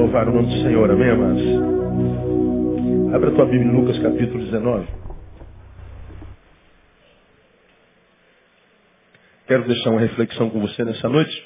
louvar o nome do Senhor, amém, amados? Abra a tua Bíblia em Lucas capítulo 19. Quero deixar uma reflexão com você nessa noite.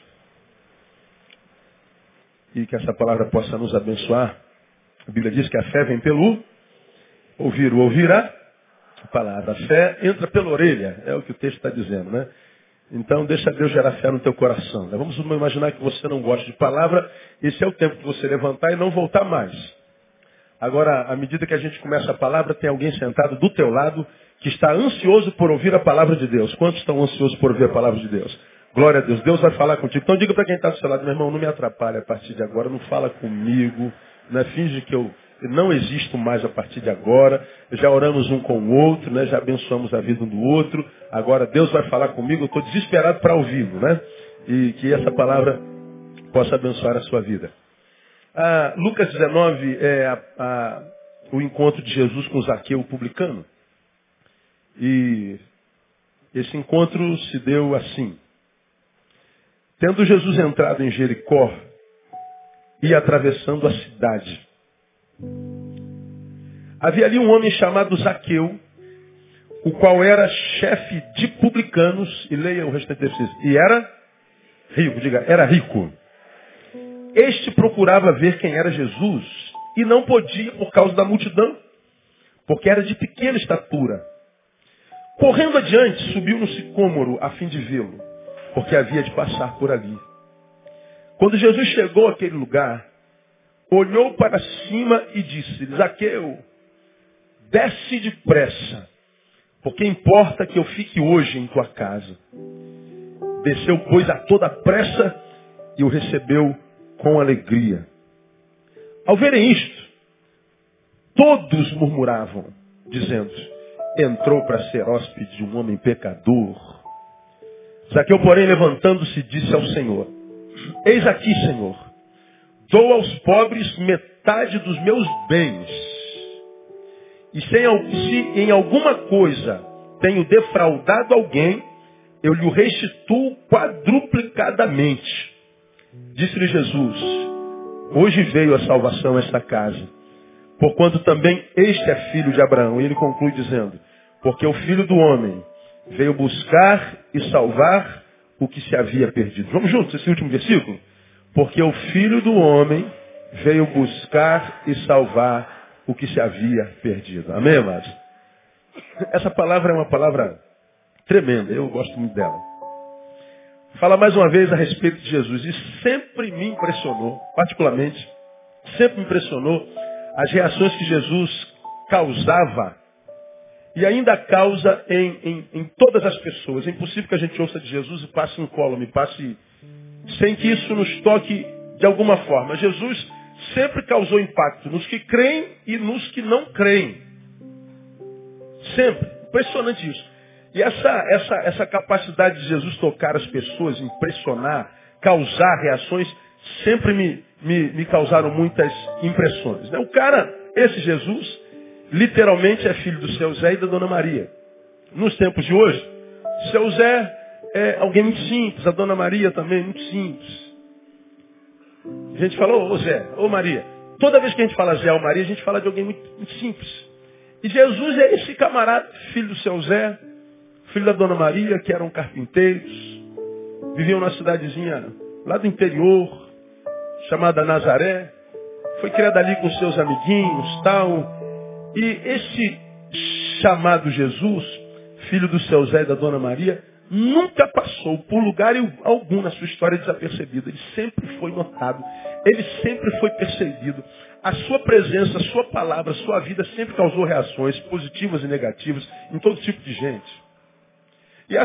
E que essa palavra possa nos abençoar. A Bíblia diz que a fé vem pelo ouvir. O ouvir a palavra. A fé entra pela orelha. É o que o texto está dizendo, né? Então deixa Deus gerar fé no teu coração. Vamos imaginar que você não gosta de palavra. Esse é o tempo de você levantar e não voltar mais. Agora, à medida que a gente começa a palavra, tem alguém sentado do teu lado que está ansioso por ouvir a palavra de Deus. Quantos estão ansiosos por ouvir a palavra de Deus? Glória a Deus. Deus vai falar contigo. Então diga para quem está do seu lado, meu irmão, não me atrapalhe a partir de agora, não fala comigo, né? Finge que eu não existo mais a partir de agora. Já oramos um com o outro, né? Já abençoamos a vida um do outro. Agora Deus vai falar comigo, eu estou desesperado para ouvi-lo, né? E que essa palavra possa abençoar a sua vida. Lucas 19 é o encontro de Jesus com Zaqueu, o publicano. E esse encontro se deu assim. Tendo Jesus entrado em Jericó e atravessando a cidade, havia ali um homem chamado Zaqueu, o qual era chefe de publicanos, e leia o restante desse, e era rico, diga, era rico. Este procurava ver quem era Jesus e não podia por causa da multidão, porque era de pequena estatura. Correndo adiante, subiu no sicômoro a fim de vê-lo, porque havia de passar por ali. Quando Jesus chegou àquele lugar, olhou para cima e disse: Zaqueu, desce depressa, porque importa que eu fique hoje em tua casa. Desceu, pois, a toda pressa e o recebeu com alegria. Ao verem isto, todos murmuravam, dizendo: entrou para ser hóspede de um homem pecador. Zaqueu, porém, levantando-se, disse ao Senhor: eis aqui, Senhor, dou aos pobres metade dos meus bens. E se em alguma coisa tenho defraudado alguém, eu lhe o restituo quadruplicadamente. Disse-lhe Jesus: hoje veio a salvação a esta casa, porquanto também este é filho de Abraão. E ele conclui dizendo: porque o Filho do Homem veio buscar e salvar o que se havia perdido. Vamos juntos, esse último versículo? Porque o Filho do Homem veio buscar e salvar o que se havia perdido. Amém, amados? Essa palavra é uma palavra tremenda, eu gosto muito dela. Fala mais uma vez a respeito de Jesus. E sempre me impressionou, particularmente, sempre me impressionou as reações que Jesus causava e ainda causa em todas as pessoas. É impossível que a gente ouça de Jesus e passe incólume, passe sem que isso nos toque de alguma forma. Jesus sempre causou impacto nos que creem e nos que não creem. Sempre. Impressionante isso. E essa capacidade de Jesus tocar as pessoas, impressionar, causar reações, sempre me causaram muitas impressões. O cara, esse Jesus, literalmente é filho do seu Zé e da Dona Maria. Nos tempos de hoje, seu Zé é alguém muito simples, a Dona Maria também muito simples. A gente fala, ô Zé, ô Maria. Toda vez que a gente fala Zé ou Maria, a gente fala de alguém muito simples. E Jesus é esse camarada, filho do seu Zé, filho da Dona Maria, que eram carpinteiros, viviam numa cidadezinha lá do interior, chamada Nazaré. Foi criado ali com seus amiguinhos, tal. E esse chamado Jesus, filho do seu Zé e da Dona Maria, nunca passou por lugar algum na sua história desapercebido. Ele sempre foi notado. Ele sempre foi percebido. A sua presença, a sua palavra, a sua vida sempre causou reações positivas e negativas em todo tipo de gente. E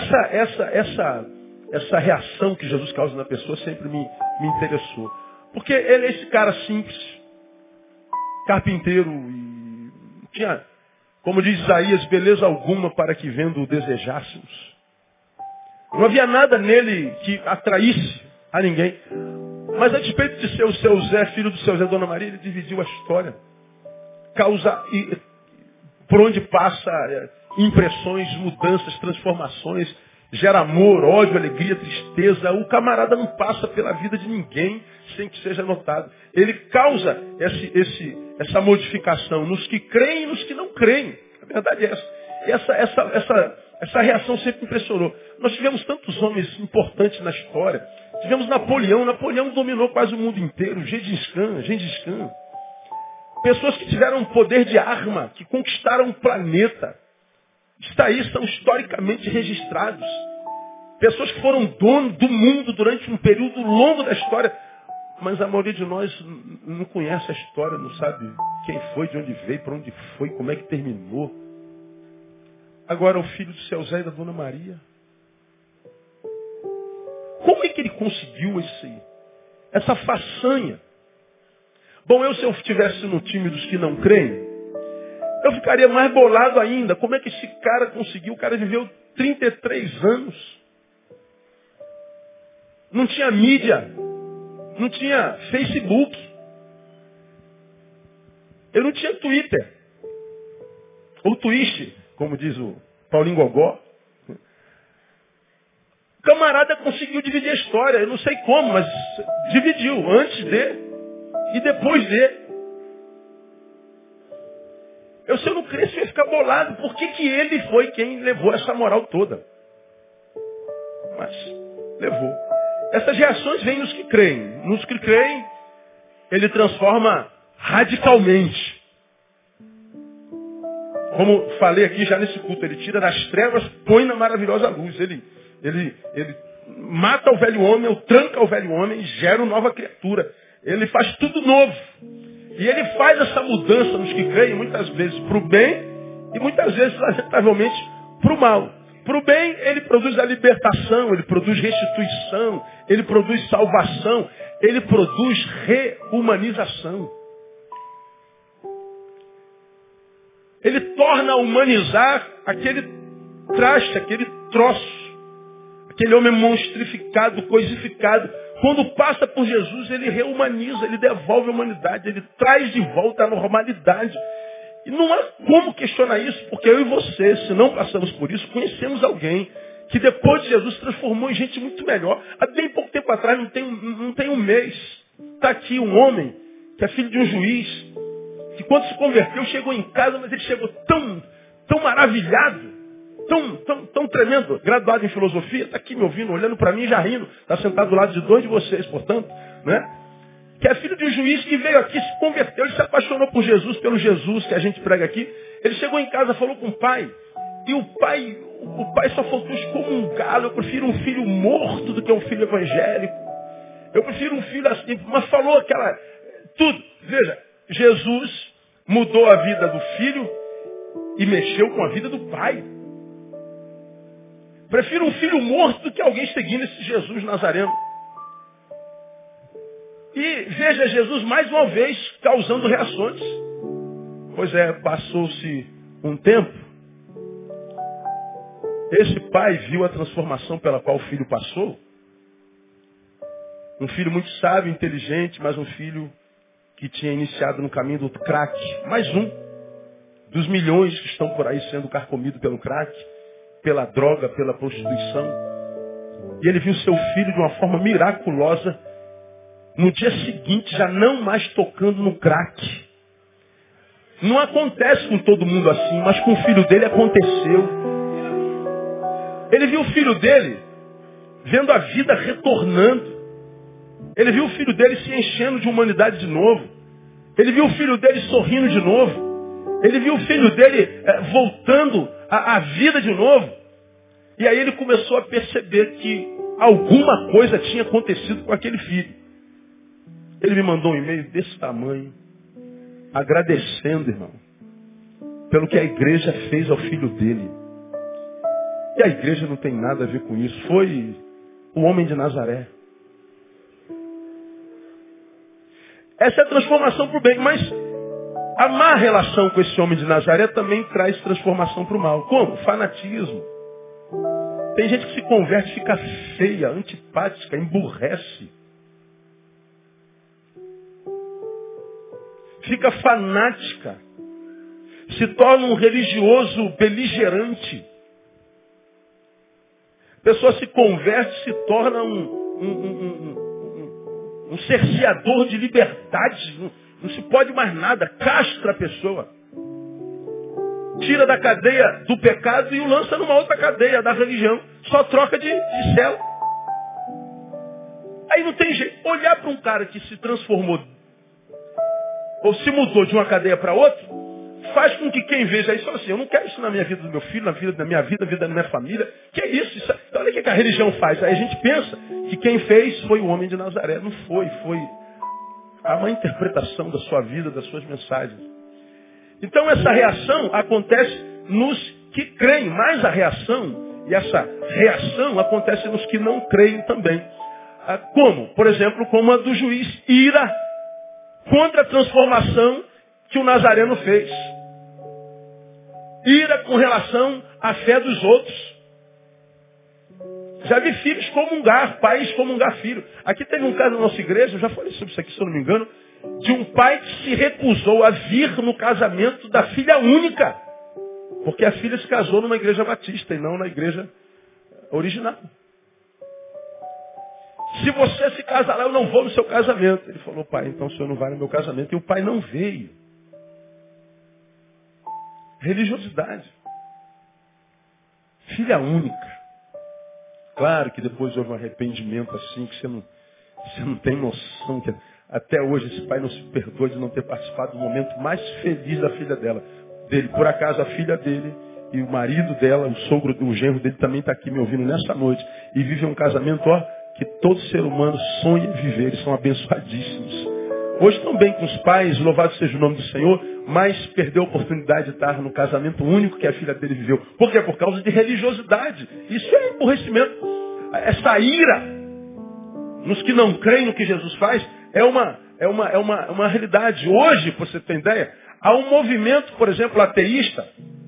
essa reação que Jesus causa na pessoa sempre me interessou. Porque ele é esse cara simples, carpinteiro, e tinha, como diz Isaías, beleza alguma para que vendo o desejássemos. Não havia nada nele que atraísse a ninguém. Mas a despeito de ser o seu Zé, filho do seu Zé e Dona Maria, ele dividiu a história. Causa, por onde passa, impressões, mudanças, transformações. gera amor, ódio, alegria, tristeza. O camarada não passa pela vida de ninguém sem que seja notado. Ele causa essa modificação nos que creem e nos que não creem. A verdade é essa. Essa reação sempre impressionou. Nós tivemos tantos homens importantes na história. Tivemos Napoleão. Napoleão dominou quase o mundo inteiro. Gengis Khan. Pessoas que tiveram poder de arma, que conquistaram o planeta. Está aí, estão historicamente registrados. Pessoas que foram dono do mundo durante um período longo da história. Mas a maioria de nós não conhece a história, não sabe quem foi, de onde veio, para onde foi, como é que terminou. Agora o filho do seu Zé e da Dona Maria. Como é que ele conseguiu essa façanha? Bom, se eu estivesse no time dos que não creem, eu ficaria mais bolado ainda. Como é que esse cara conseguiu? O cara viveu 33 anos. Não tinha mídia. Não tinha Facebook. Ele não tinha Twitter. Ou Twitch, como diz o Paulinho Gogó. O camarada conseguiu dividir a história. Eu não sei como, mas dividiu. Antes de e depois de. Se eu não cresci, eu ia ficar bolado. Por que ele foi quem levou essa moral toda? Mas levou. Essas reações vêm nos que creem. Nos que creem, ele transforma radicalmente. Como falei aqui já nesse culto, ele tira das trevas, põe na maravilhosa luz. Ele mata o velho homem, ou tranca o velho homem e gera uma nova criatura. Ele faz tudo novo. E ele faz essa mudança nos que creem, muitas vezes para o bem e muitas vezes, lamentavelmente, para o mal. Para o bem, ele produz a libertação, ele produz restituição, ele produz salvação, ele produz reumanização. Ele torna a humanizar aquele traste, aquele troço, aquele homem monstrificado, coisificado. Quando passa por Jesus, ele reumaniza, ele devolve a humanidade, ele traz de volta a normalidade. E não há como questionar isso, porque eu e você, se não passamos por isso, conhecemos alguém que depois de Jesus transformou em gente muito melhor. Há bem pouco tempo atrás, não tem um mês, está aqui um homem que é filho de um juiz, que quando se converteu, chegou em casa, mas ele chegou tão maravilhado, tão tremendo, graduado em filosofia, está aqui me ouvindo, olhando para mim e já rindo, está sentado do lado de dois de vocês, portanto, né? Que é filho de um juiz que veio aqui, se converteu, ele se apaixonou por Jesus, pelo Jesus que a gente prega aqui. Ele chegou em casa, falou com o pai, e o pai só faltou excomungá-lo. Eu prefiro um filho morto do que um filho evangélico. Eu prefiro um filho assim, mas falou tudo. Veja, Jesus mudou a vida do filho e mexeu com a vida do pai. Prefiro um filho morto do que alguém seguindo esse Jesus Nazareno. E veja Jesus mais uma vez causando reações. Pois é, passou-se um tempo. Esse pai viu a transformação pela qual o filho passou. Um filho muito sábio, inteligente, mas um filho que tinha iniciado no caminho do crack. Mais um dos milhões que estão por aí sendo carcomidos pelo crack, pela droga, pela prostituição. E ele viu seu filho de uma forma miraculosa, no dia seguinte, já não mais tocando no crack. Não acontece com todo mundo assim, mas com o filho dele aconteceu. Ele viu o filho dele vendo a vida retornando. Ele viu o filho dele se enchendo de humanidade de novo. Ele viu o filho dele sorrindo de novo. Ele viu o filho dele voltando à vida de novo. E aí ele começou a perceber que alguma coisa tinha acontecido com aquele filho. Ele me mandou um e-mail desse tamanho, agradecendo, irmão, pelo que a igreja fez ao filho dele. E a igreja não tem nada a ver com isso. Foi o homem de Nazaré. Essa é a transformação para o bem. Mas a má relação com esse homem de Nazaré também traz transformação para o mal. Como? Fanatismo. Tem gente que se converte, fica feia, antipática, emburrece. Fica fanática. Se torna um religioso beligerante. A pessoa se converte, se torna um cerceador de liberdade. Não se pode mais nada. Castra a pessoa. Tira da cadeia do pecado e o lança numa outra cadeia, da religião. Só troca de cela. Aí não tem jeito. Olhar para um cara que se transformou ou se mudou de uma cadeia para outra, faz com que quem veja isso fale assim, eu não quero isso na minha vida do meu filho, na vida da minha vida, na vida da minha família. Que é isso? Então, olha o que a religião faz. Aí a gente pensa que quem fez foi o homem de Nazaré. Não foi. Há uma interpretação da sua vida, das suas mensagens. Então essa reação acontece nos que creem, mas a reação, e essa reação acontece nos que não creem também. Como? Por exemplo, como a do juiz, ira contra a transformação que o Nazareno fez. Ira com relação à fé dos outros. Já vi filhos comungar, pais comungar filho. Aqui teve um caso na nossa igreja, eu já falei sobre isso aqui, se eu não me engano, de um pai que se recusou a vir no casamento da filha única. Porque a filha se casou numa igreja batista e não na igreja original. Se você se casar lá, eu não vou no seu casamento. Ele falou, pai, então o senhor não vai no meu casamento. E o pai não veio. Religiosidade. Filha única. Claro que depois houve um arrependimento assim, que você não tem noção. Que até hoje esse pai não se perdoa de não ter participado do momento mais feliz da filha dele. Por acaso a filha dele e o marido dela, o genro dele também está aqui me ouvindo nessa noite. E vive um casamento, que todo ser humano sonha viver. Eles são abençoadíssimos. Hoje estão bem com os pais, louvado seja o nome do Senhor, mas perdeu a oportunidade de estar no casamento único que a filha dele viveu. Por quê? Por causa de religiosidade. Isso é aborrecimento. Essa ira nos que não creem no que Jesus faz é uma realidade. Hoje, para você ter ideia, há um movimento, por exemplo, ateísta,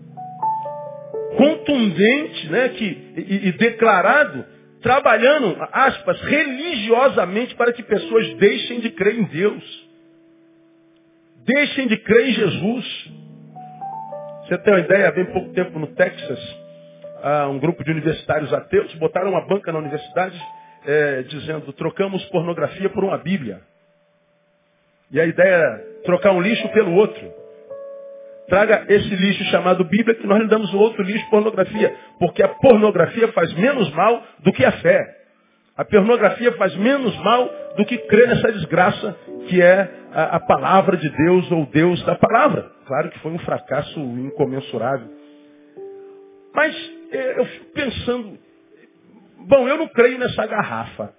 contundente, né, e declarado, trabalhando, aspas, religiosamente para que pessoas deixem de crer em Deus. Deixem de crer em Jesus. Você tem uma ideia, há bem pouco tempo no Texas, um grupo de universitários ateus botaram uma banca na universidade dizendo, trocamos pornografia por uma Bíblia. E a ideia é trocar um lixo pelo outro. Traga esse lixo chamado Bíblia que nós lhe damos o outro lixo, pornografia. Porque a pornografia faz menos mal do que a fé. A pornografia faz menos mal do que crer nessa desgraça que é a palavra de Deus ou Deus da palavra. Claro que foi um fracasso incomensurável. Mas eu fico pensando, bom, eu não creio nessa garrafa.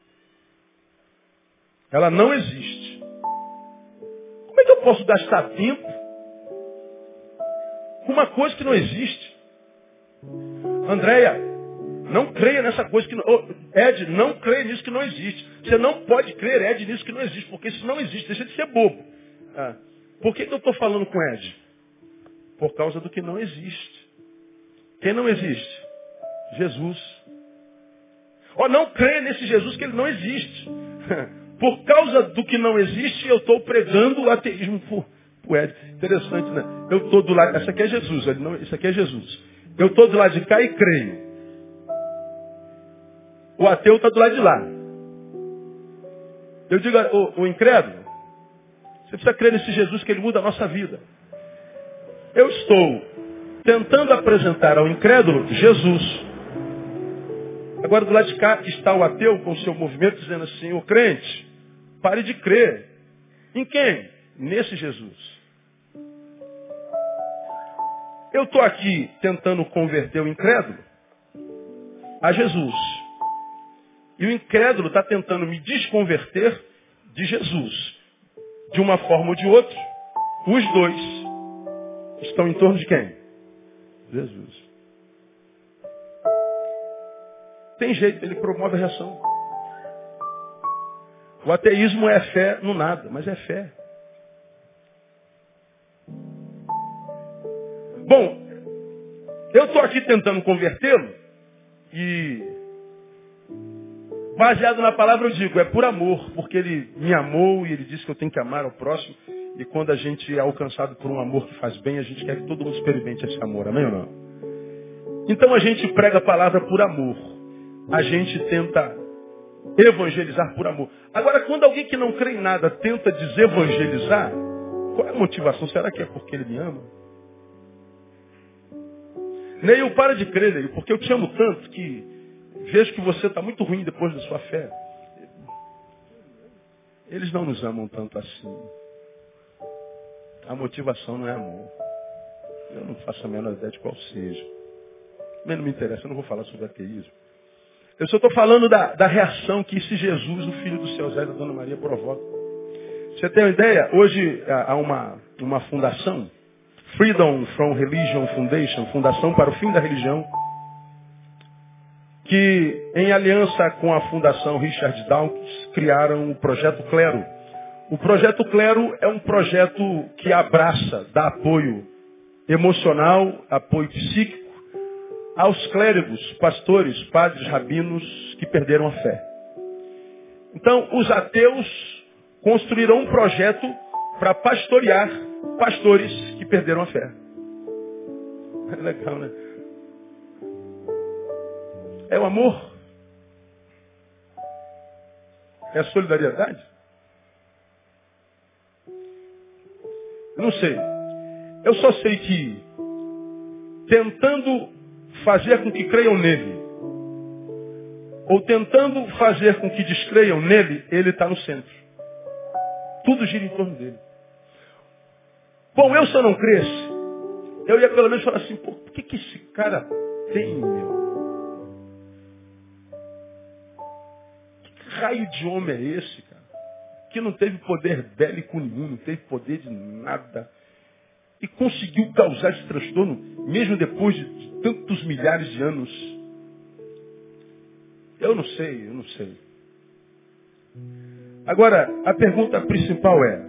Ela não existe. Como é que eu posso gastar tempo com uma coisa que não existe? Andréia, não creia nessa coisa que não... Ed, não creia nisso que não existe. Você não pode crer, Ed, nisso que não existe, porque isso não existe, deixa de ser bobo. Por que eu estou falando com Ed? Por causa do que não existe. Quem não existe? Jesus. Não creia nesse Jesus que ele não existe. Por causa do que não existe, eu estou pregando o ateísmo pro Ed. Interessante, né? Eu estou do lado... Essa aqui é Jesus. Isso aqui é Jesus. Eu estou do lado de cá e creio. O ateu está do lado de lá. Eu digo, o incrédulo, você precisa crer nesse Jesus que ele muda a nossa vida. Eu estou tentando apresentar ao incrédulo Jesus. Agora do lado de cá está o ateu com o seu movimento dizendo assim, ô crente, pare de crer. Em quem? Nesse Jesus. Eu estou aqui tentando converter o incrédulo a Jesus. E o incrédulo está tentando me desconverter de Jesus. De uma forma ou de outra, os dois estão em torno de quem? Jesus. Tem jeito, ele promove a reação. O ateísmo é fé no nada, mas é fé. Bom, eu estou aqui tentando convertê-lo e, baseado na palavra, eu digo, é por amor, porque ele me amou e ele disse que eu tenho que amar ao próximo. E quando a gente é alcançado por um amor que faz bem, a gente quer que todo mundo experimente esse amor, amém ou não? Então a gente prega a palavra por amor. a gente tenta evangelizar por amor. Agora, quando alguém que não crê em nada tenta desevangelizar, qual é a motivação? Será que é porque ele me ama? Neil, para de crer, Neil, porque eu te amo tanto que vejo que você está muito ruim depois da sua fé. Eles não nos amam tanto assim. A motivação não é amor. Eu não faço a menor ideia de qual seja. Mas não me interessa, eu não vou falar sobre ateísmo. Eu só estou falando da reação que esse Jesus, o filho do seu Zé e da Dona Maria, provoca. Você tem uma ideia? Hoje há uma fundação, Freedom from Religion Foundation, Fundação para o Fim da Religião, que em aliança com a Fundação Richard Dawkins criaram o Projeto Clero. O Projeto Clero é um projeto que abraça, dá apoio emocional, apoio psíquico, aos clérigos, pastores, padres, rabinos que perderam a fé. Então, os ateus construíram um projeto para pastorear pastores que perderam a fé. É legal, né? É o amor? É a solidariedade? Eu não sei. Eu só sei que, tentando fazer com que creiam nele, ou tentando fazer com que descreiam nele, ele está no centro. Tudo gira em torno dele. Bom, eu se eu não cresce, eu ia pelo menos falar assim, pô, por que esse cara tem, meu? Que raio de homem é esse, cara? Que não teve poder bélico nenhum, não teve poder de nada. E conseguiu causar esse transtorno, mesmo depois de tantos milhares de anos. Eu não sei. Agora, a pergunta principal é,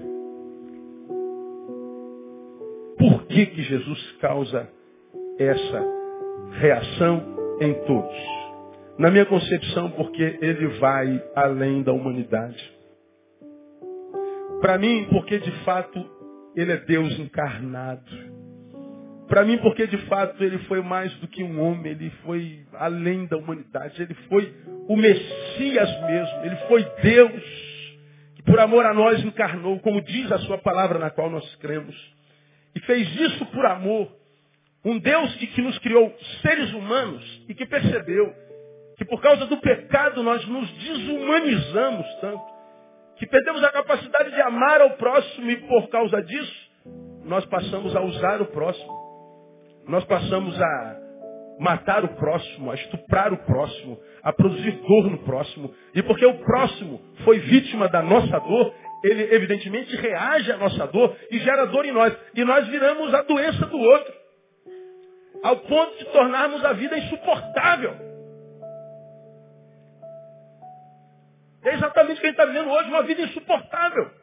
por que Jesus causa essa reação em todos? Na minha concepção, porque ele vai além da humanidade. Para mim, porque de fato ele é Deus encarnado. Para mim, porque de fato ele foi mais do que um homem, ele foi além da humanidade, ele foi o Messias mesmo, ele foi Deus, que por amor a nós encarnou, como diz a sua palavra na qual nós cremos. E fez isso por amor. Um Deus que nos criou seres humanos e que percebeu que por causa do pecado nós nos desumanizamos tanto, que perdemos a capacidade de amar ao próximo e por causa disso nós passamos a usar o próximo. Nós passamos a matar o próximo, a estuprar o próximo, a produzir dor no próximo. E porque o próximo foi vítima da nossa dor, ele evidentemente reage à nossa dor e gera dor em nós. E nós viramos a doença do outro. Ao ponto de tornarmos a vida insuportável. É exatamente o que a gente está vivendo hoje, uma vida insuportável.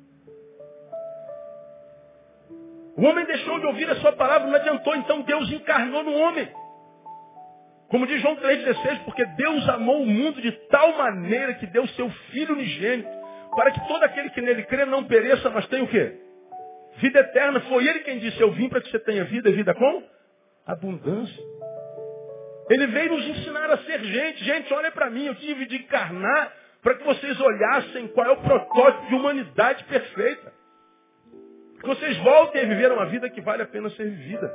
O homem deixou de ouvir a sua palavra, não adiantou, então Deus encarnou no homem. Como diz João 3,16, porque Deus amou o mundo de tal maneira que deu seu Filho unigênito, para que todo aquele que nele crê não pereça, mas tenha o quê? Vida eterna. Foi ele quem disse, eu vim para que você tenha vida, vida com abundância. Ele veio nos ensinar a ser gente. Gente, olha para mim, eu tive de encarnar para que vocês olhassem qual é o protótipo de humanidade perfeita. Que vocês voltem a viver uma vida que vale a pena ser vivida.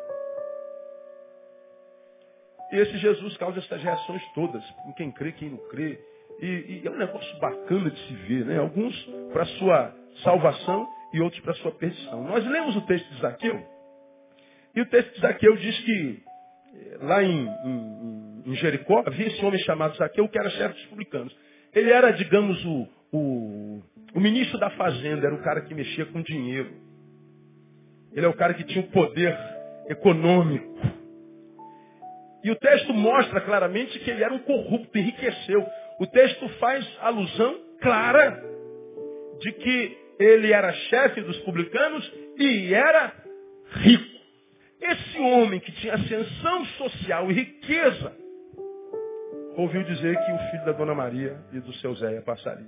E esse Jesus causa essas reações todas, em quem crê, quem não crê. E é um negócio bacana de se ver, né? Alguns para a sua salvação e outros para a sua perdição. Nós lemos o texto de Zaqueu, e o texto de Zaqueu diz que lá em Jericó havia esse homem chamado Zaqueu, que era chefe dos publicanos. Ele era, digamos, o ministro da fazenda, era o cara que mexia com dinheiro. Ele é o cara que tinha o poder econômico. E o texto mostra claramente que ele era um corrupto, enriqueceu. O texto faz alusão clara de que ele era chefe dos publicanos e era rico. Esse homem que tinha ascensão social e riqueza, ouviu dizer que o filho da Dona Maria e do seu Zé passaria.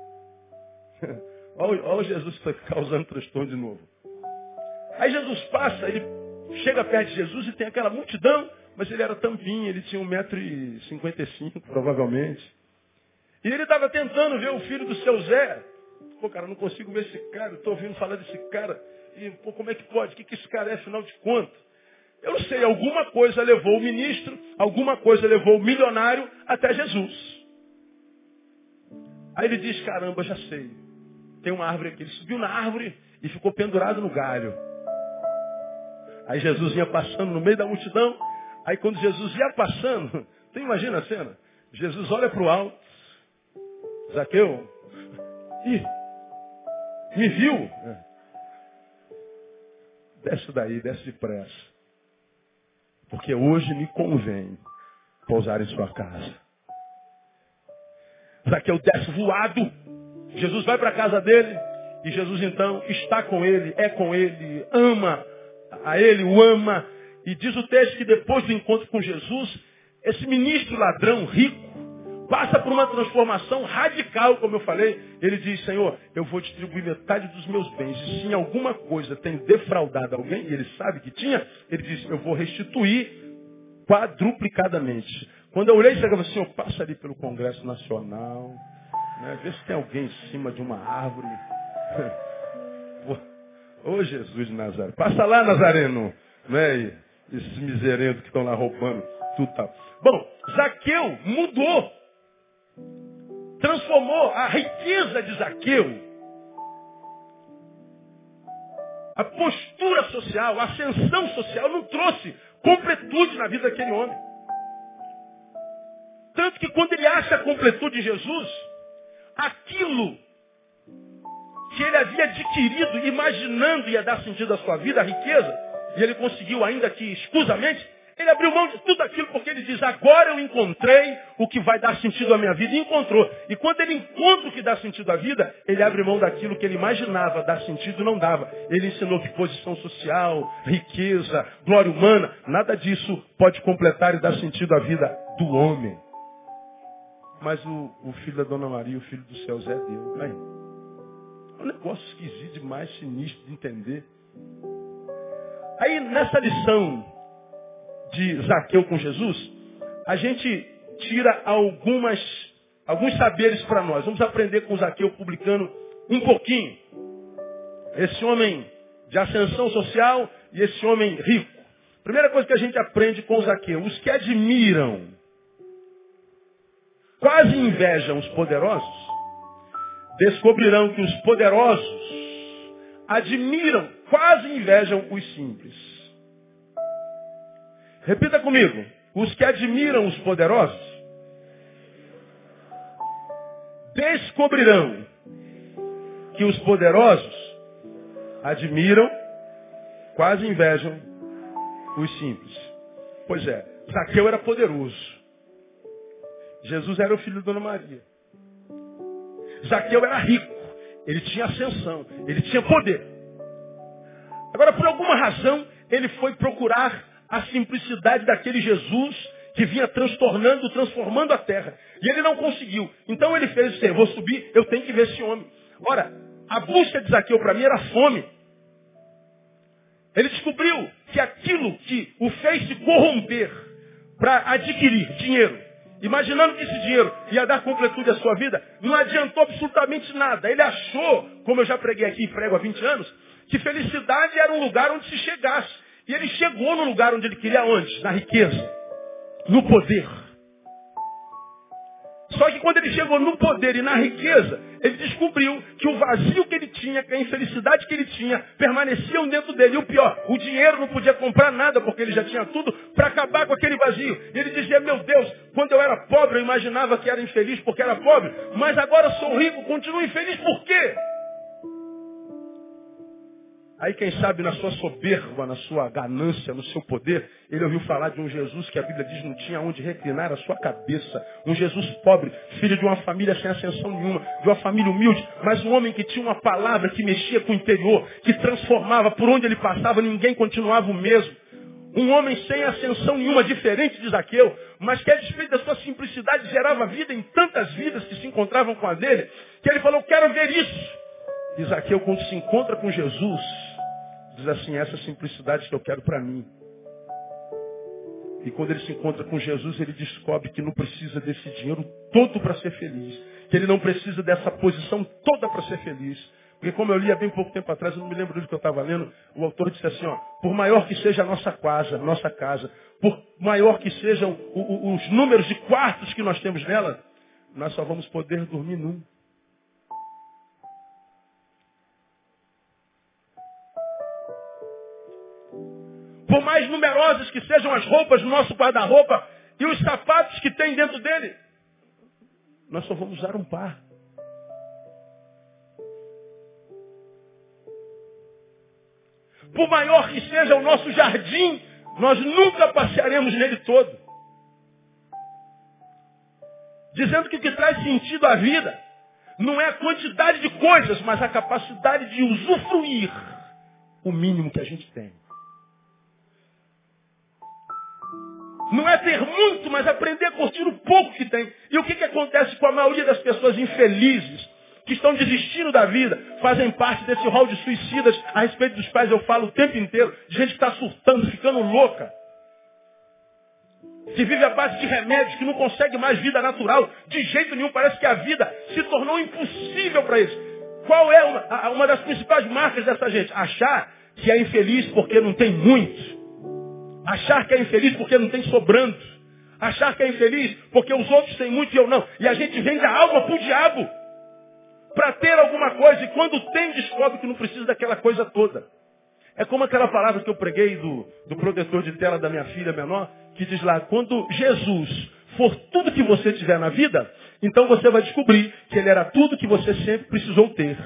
Olha Jesus causando transtorno de novo. Aí Jesus passa, ele chega perto de Jesus e tem aquela multidão, Mas ele era tampinha, ele tinha 1,55 m, provavelmente. E ele estava tentando ver o filho do seu Zé. Pô, cara, não consigo ver esse cara, eu estou ouvindo falar desse cara. E, pô, como é que pode? O que esse cara é, afinal de contas? Eu não sei, alguma coisa levou o ministro, alguma coisa levou o milionário até Jesus. Aí ele diz, caramba, já sei. Tem uma árvore aqui. Ele subiu na árvore e ficou pendurado no galho. Aí Jesus ia passando no meio da multidão. Aí quando Jesus ia passando, tu imagina a cena? Jesus olha para o alto. Zaqueu, me viu? Desce daí, desce depressa. Porque hoje me convém pousar em sua casa. Zaqueu desce voado. Jesus vai para a casa dele. E Jesus então está com ele, é com ele, ama a ele, o ama. E diz o texto que depois do encontro com Jesus, esse ministro ladrão rico passa por uma transformação radical, como eu falei. Ele diz, Senhor, eu vou distribuir metade dos meus bens. E se em alguma coisa tem defraudado alguém, e ele sabe que tinha, ele diz, eu vou restituir quadruplicadamente. Quando eu olhei, ele falei, Senhor, passa ali pelo Congresso Nacional, né, vê se tem alguém em cima de uma árvore. Ô Jesus de Nazaré, passa lá, Nazareno, né, esses miserendos que estão lá roubando tudo tal. Bom, Zaqueu mudou. Transformou a riqueza de Zaqueu, a postura social, a ascensão social, não trouxe completude na vida daquele homem. Tanto que quando ele acha a completude em Jesus, aquilo que ele havia adquirido, imaginando ia dar sentido à sua vida, a riqueza, e ele conseguiu ainda que escusamente, ele abriu mão de tudo aquilo porque ele diz, agora eu encontrei o que vai dar sentido à minha vida. E encontrou. E quando ele encontra o que dá sentido à vida, ele abre mão daquilo que ele imaginava dar sentido e não dava. Ele ensinou que posição social, riqueza, glória humana, nada disso pode completar e dar sentido à vida do homem. Mas o filho da Dona Maria, o filho do céu, Zé deu. Aí, é um negócio esquisito demais, sinistro de entender. Aí nessa lição de Zaqueu com Jesus, a gente tira alguns saberes para nós. Vamos aprender com Zaqueu publicano um pouquinho. Esse homem de ascensão social e esse homem rico. Primeira coisa que a gente aprende com Zaqueu. Os que admiram, quase invejam os poderosos, descobrirão que os poderosos admiram, quase invejam os simples. Repita comigo. Os que admiram os poderosos descobrirão que os poderosos admiram, quase invejam os simples. Pois é, Zaqueu era poderoso. Jesus era o filho de Dona Maria. Zaqueu era rico. Ele tinha ascensão. Ele tinha poder. Agora, por alguma razão, ele foi procurar a simplicidade daquele Jesus que vinha transformando a terra. E ele não conseguiu. Então ele fez assim, eu vou subir, eu tenho que ver esse homem. Ora, a busca de Zaqueu para mim era fome. Ele descobriu que aquilo que o fez se corromper para adquirir dinheiro, imaginando que esse dinheiro ia dar completude à sua vida, não adiantou absolutamente nada. Ele achou, como eu já preguei aqui e prego há 20 anos, que felicidade era um lugar onde se chegasse. E ele chegou no lugar onde ele queria, onde? Na riqueza. No poder. Só que quando ele chegou no poder e na riqueza, ele descobriu que o vazio que ele tinha, que a infelicidade que ele tinha, permaneciam dentro dele. E o pior, o dinheiro não podia comprar nada, porque ele já tinha tudo para acabar com aquele vazio. E ele dizia, meu Deus, quando eu era pobre, eu imaginava que era infeliz porque era pobre, mas agora sou rico, continuo infeliz, por quê? Aí quem sabe na sua soberba, na sua ganância, no seu poder, ele ouviu falar de um Jesus que a Bíblia diz não tinha onde reclinar a sua cabeça. Um Jesus pobre, filho de uma família sem ascensão nenhuma, de uma família humilde, mas um homem que tinha uma palavra que mexia com o interior, que transformava, por onde ele passava, ninguém continuava o mesmo. Um homem sem ascensão nenhuma, diferente de Zaqueu, mas que a despeito da sua simplicidade gerava vida em tantas vidas que se encontravam com a dele, que ele falou, quero ver isso. E Zaqueu, quando se encontra com Jesus, diz assim, essa simplicidade que eu quero para mim. E quando ele se encontra com Jesus, ele descobre que não precisa desse dinheiro todo para ser feliz. Que ele não precisa dessa posição toda para ser feliz. Porque como eu li há bem pouco tempo atrás, eu não me lembro do que eu estava lendo, o autor disse assim, ó, por maior que seja a nossa casa, por maior que sejam os números de quartos que nós temos nela, nós só vamos poder dormir num. Por mais numerosas que sejam as roupas do nosso guarda-roupa e os sapatos que tem dentro dele, nós só vamos usar um par. Por maior que seja o nosso jardim, nós nunca passearemos nele todo. Dizendo que o que traz sentido à vida não é a quantidade de coisas, mas a capacidade de usufruir o mínimo que a gente tem. Não é ter muito, mas aprender a curtir o pouco que tem. E o que acontece com a maioria das pessoas infelizes, que estão desistindo da vida, fazem parte desse rol de suicidas, a respeito dos quais eu falo o tempo inteiro, de gente que está surtando, ficando louca, que vive à base de remédios, que não consegue mais vida natural, de jeito nenhum, parece que a vida se tornou impossível para eles. Qual é uma das principais marcas dessa gente? Achar que é infeliz porque não tem muito. Achar que é infeliz porque não tem sobrando. Achar que é infeliz porque os outros têm muito e eu não. E a gente vende a alma para o diabo para ter alguma coisa. E quando tem, descobre que não precisa daquela coisa toda. É como aquela palavra que eu preguei do protetor de tela da minha filha menor, que diz lá, quando Jesus for tudo que você tiver na vida, então você vai descobrir que ele era tudo que você sempre precisou ter.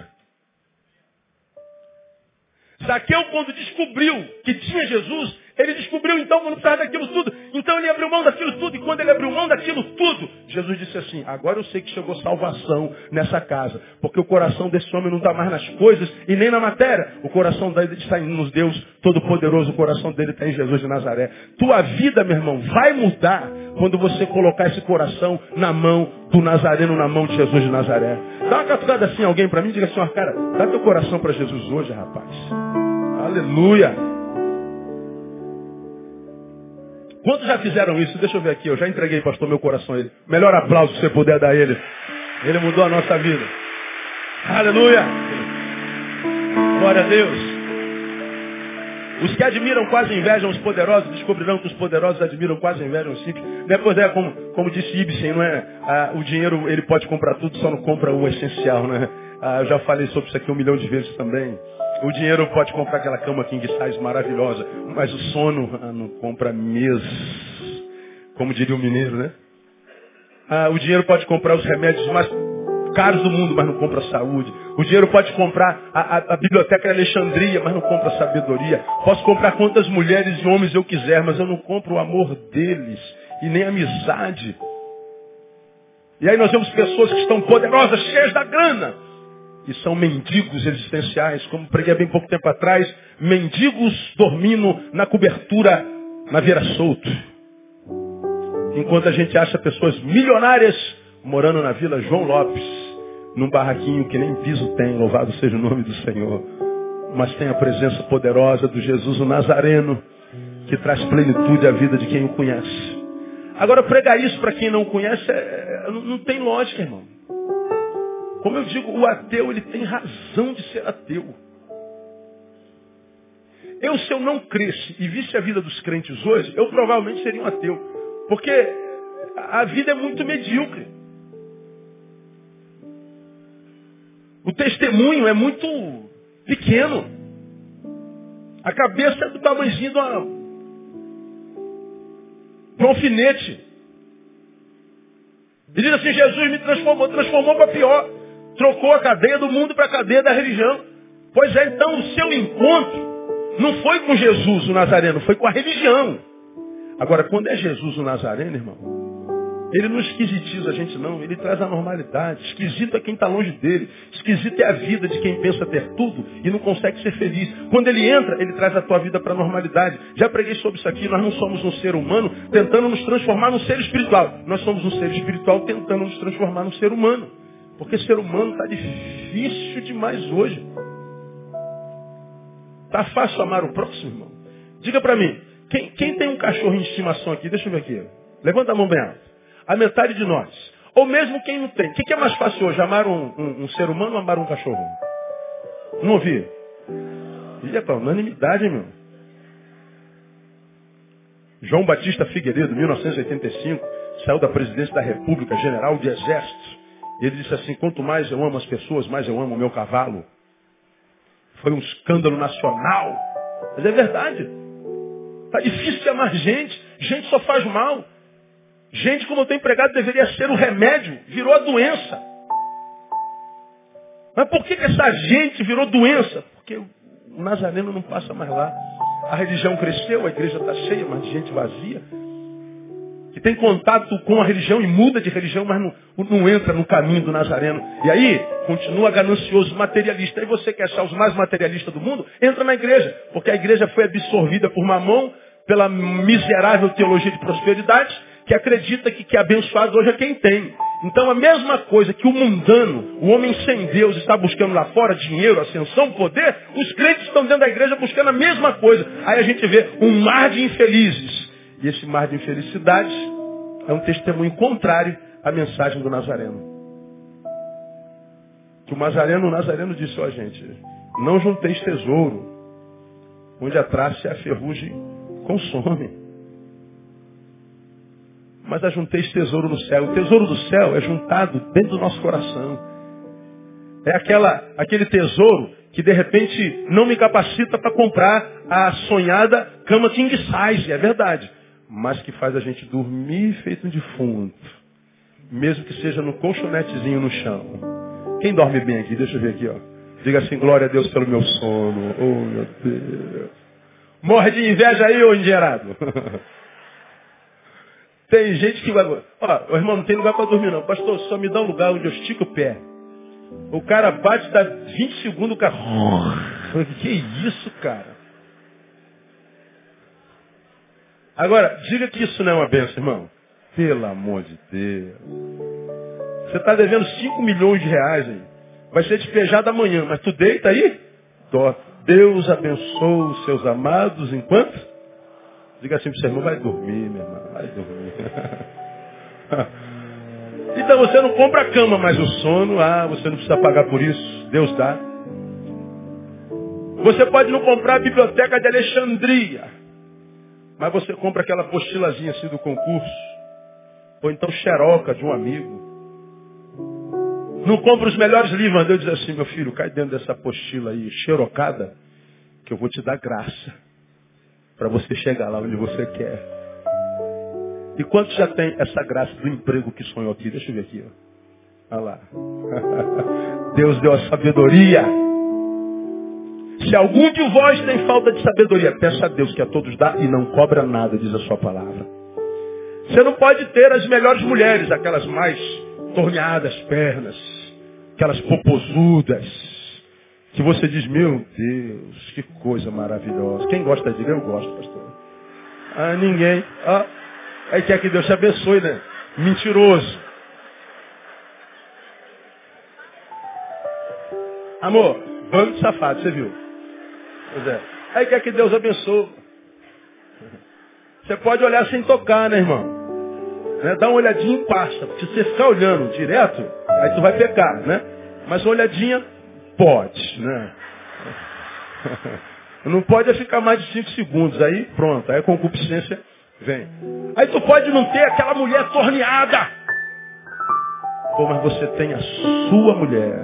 Zaqueu, quando descobriu que tinha Jesus, ele descobriu então que não precisava daquilo tudo. Então ele abriu mão daquilo tudo. E quando ele abriu mão daquilo tudo, Jesus disse assim, agora eu sei que chegou salvação nessa casa. Porque o coração desse homem não está mais nas coisas e nem na matéria. O coração dele está nos Deus Todo-Poderoso. O coração dele está em Jesus de Nazaré. Tua vida, meu irmão, vai mudar quando você colocar esse coração na mão do Nazareno, na mão de Jesus de Nazaré. Dá uma catucada assim alguém para mim e diga assim, ó, cara, dá teu coração para Jesus hoje, rapaz. Aleluia. Quantos já fizeram isso? Deixa eu ver aqui. Eu já entreguei, pastor, meu coração a ele. Melhor aplauso que você puder dar a ele. Ele mudou a nossa vida. Aleluia. Glória a Deus. Os que admiram quase invejam os poderosos, descobrirão que os poderosos admiram quase invejam os simples. Depois é como disse Ibsen, não é? O dinheiro, ele pode comprar tudo, só não compra o essencial, né? Eu já falei sobre isso aqui 1 milhão de vezes também. O dinheiro pode comprar aquela cama king size maravilhosa, mas o sono não compra mesmo. Como diria o mineiro, né? O dinheiro pode comprar os remédios mais caros do mundo, mas não compra saúde. O dinheiro pode comprar a biblioteca de Alexandria, mas não compra sabedoria. Posso comprar quantas mulheres e homens eu quiser, mas eu não compro o amor deles e nem a amizade. E aí nós vemos pessoas que estão poderosas, cheias da grana, e são mendigos existenciais, como preguei há bem pouco tempo atrás, mendigos dormindo na cobertura, na vieira solto. Enquanto a gente acha pessoas milionárias morando na Vila João Lopes, num barraquinho que nem piso tem, louvado seja o nome do Senhor. Mas tem a presença poderosa do Jesus o Nazareno, que traz plenitude à vida de quem o conhece. Agora, pregar isso para quem não conhece, não tem lógica, irmão. Como eu digo, o ateu, ele tem razão de ser ateu. Se eu não cresce e visse a vida dos crentes hoje, eu provavelmente seria um ateu. Porque a vida é muito medíocre. O testemunho é muito pequeno. A cabeça é do tamanhozinho de um alfinete. Ele diz assim, Jesus me transformou para pior. Trocou a cadeia do mundo para a cadeia da religião. Pois é, então o seu encontro não foi com Jesus o Nazareno, foi com a religião. Agora, quando é Jesus o Nazareno, irmão, ele não esquisitiza a gente não, ele traz a normalidade. Esquisito é quem está longe dele. Esquisito é a vida de quem pensa ter tudo e não consegue ser feliz. Quando ele entra, ele traz a tua vida para a normalidade. Já preguei sobre isso aqui, nós não somos um ser humano tentando nos transformar num ser espiritual. Nós somos um ser espiritual tentando nos transformar num ser humano. Porque ser humano está difícil demais hoje. Está fácil amar o próximo, irmão? Diga para mim, Quem tem um cachorro em estimação aqui? Deixa eu ver aqui. Levanta a mão bem alto. A metade de nós. Ou mesmo quem não tem. O que é mais fácil hoje? Amar um ser humano ou amar um cachorro? Não ouvi? E é para unanimidade, meu. João Batista Figueiredo, 1985, saiu da presidência da República, general de exército. Ele disse assim, quanto mais eu amo as pessoas, mais eu amo o meu cavalo. Foi um escândalo nacional. Mas é verdade. Está difícil de amar gente. Gente só faz mal. Gente, como eu tenho empregado, deveria ser o remédio. Virou a doença. Mas por que essa gente virou doença? Porque o Nazareno não passa mais lá. A religião cresceu, a igreja está cheia, mas de gente vazia. Que tem contato com a religião e muda de religião, mas não entra no caminho do Nazareno. E aí, continua ganancioso, materialista. Aí você quer achar os mais materialistas do mundo? Entra na igreja. Porque a igreja foi absorvida por Mamon, pela miserável teologia de prosperidade, que acredita que abençoado hoje é quem tem. Então a mesma coisa que o mundano, o homem sem Deus está buscando lá fora, dinheiro, ascensão, poder, os crentes estão dentro da igreja buscando a mesma coisa. Aí a gente vê um mar de infelizes. E esse mar de infelicidade é um testemunho contrário à mensagem do Nazareno. Que o Nazareno disse, ó gente, não junteis tesouro, onde a traça e a ferrugem consomem. Mas ajunteis tesouro no céu. O tesouro do céu é juntado dentro do nosso coração. É aquele tesouro que de repente não me capacita para comprar a sonhada cama king size, é verdade. Mas que faz a gente dormir feito um defunto. Mesmo que seja no colchonetezinho no chão. Quem dorme bem aqui? Deixa eu ver aqui, ó. Diga assim, glória a Deus pelo meu sono. Oh, meu Deus. Morre de inveja aí, ô endinheirado. Tem gente que vai... Ó, irmão, não tem lugar para dormir não. Pastor, só me dá um lugar onde eu estico o pé. O cara bate, dá 20 segundos, o cara... Que isso, cara? Agora, diga que isso não é uma bênção, irmão. Pelo amor de Deus. Você está devendo 5 milhões de reais aí. Vai ser despejado amanhã, mas tu deita aí? Deus abençoe os seus amados enquanto... Diga assim para o seu irmão, vai dormir, meu irmão, vai dormir. Então você não compra a cama, mas o sono, você não precisa pagar por isso. Deus dá. Você pode não comprar a biblioteca de Alexandria, mas você compra aquela apostilazinha assim do concurso. Ou então xeroca de um amigo. Não compra os melhores livros, mas Deus diz assim, meu filho, cai dentro dessa apostila aí, xerocada, que eu vou te dar graça. Para você chegar lá onde você quer. E quantos já tem essa graça do emprego que sonhou aqui? Deixa eu ver aqui. Ó. Olha lá. Deus deu a sabedoria. Se algum de vós tem falta de sabedoria, peça a Deus que a todos dá e não cobra nada, diz a sua palavra. Você não pode ter as melhores mulheres, aquelas mais torneadas pernas, aquelas popozudas, que você diz, meu Deus, que coisa maravilhosa. Quem gosta de eu gosto, pastor. Ninguém. Aí quer que Deus te abençoe, né? Mentiroso. Amor, bando de safado, você viu? Pois é. Aí quer que Deus abençoe. Você pode olhar sem tocar, né, irmão? Né? Dá uma olhadinha e passa. Porque se você ficar olhando direto, aí tu vai pecar, né? Mas uma olhadinha... Pode, né? Não pode ficar mais de 5 segundos. Aí pronto, aí a concupiscência vem. Aí tu pode não ter aquela mulher torneada. Pô, mas você tem a sua mulher.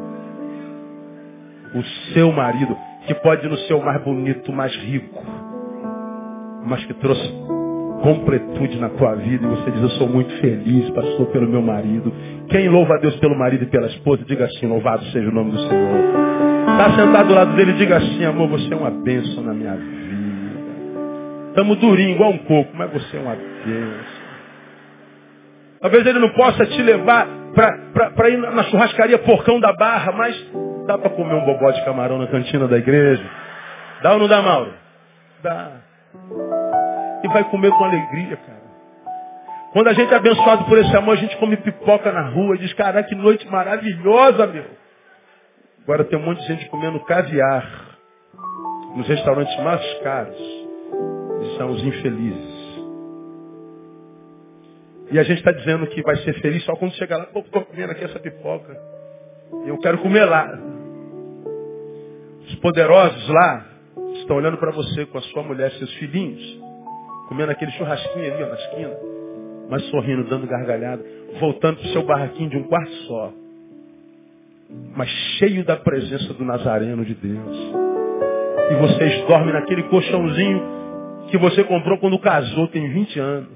O seu marido, que pode não ser o mais bonito, o mais rico. Mas que trouxe completude na tua vida. E você diz, eu sou muito feliz, pastor, pelo meu marido. Quem louva a Deus pelo marido e pela esposa, diga assim, louvado seja o nome do Senhor. Está sentado do lado dele, diga assim, amor, você é uma bênção na minha vida. Estamos durinho, igual um coco, mas você é uma bênção. Talvez ele não possa te levar para ir na churrascaria Porcão da Barra, mas dá para comer um bobó de camarão na cantina da igreja. Dá ou não dá, Mauro? Dá. E vai comer com alegria, cara. Quando a gente é abençoado por esse amor, a gente come pipoca na rua e diz, caraca, que noite maravilhosa, meu. Agora tem um monte de gente comendo caviar nos restaurantes mais caros. são os infelizes. E a gente está dizendo que vai ser feliz só quando chegar lá. Pô, estou comendo aqui essa pipoca. E eu quero comer lá. Os poderosos lá estão olhando para você com a sua mulher, seus filhinhos, comendo aquele churrasquinho ali ó, na esquina, mas sorrindo, dando gargalhada, voltando para o seu barraquinho de um quarto só, mas cheio da presença do Nazareno de Deus. E vocês dormem naquele colchãozinho que você comprou quando casou, tem 20 anos.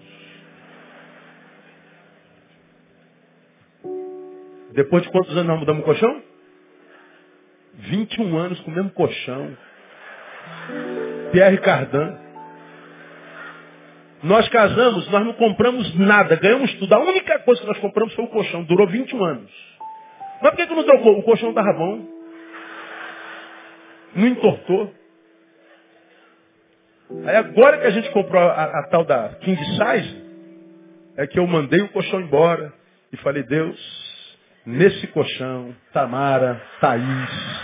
Depois de quantos anos nós mudamos o colchão? 21 anos com o mesmo colchão. Pierre Cardin. Nós casamos, nós não compramos nada, ganhamos tudo. A única coisa que nós compramos foi o colchão. Durou 21 anos. Mas por que não trocou? O colchão estava bom. Não entortou. Aí agora que a gente comprou a tal da King Size, é que eu mandei o colchão embora e falei, Deus, nesse colchão, Tamara, Thaís,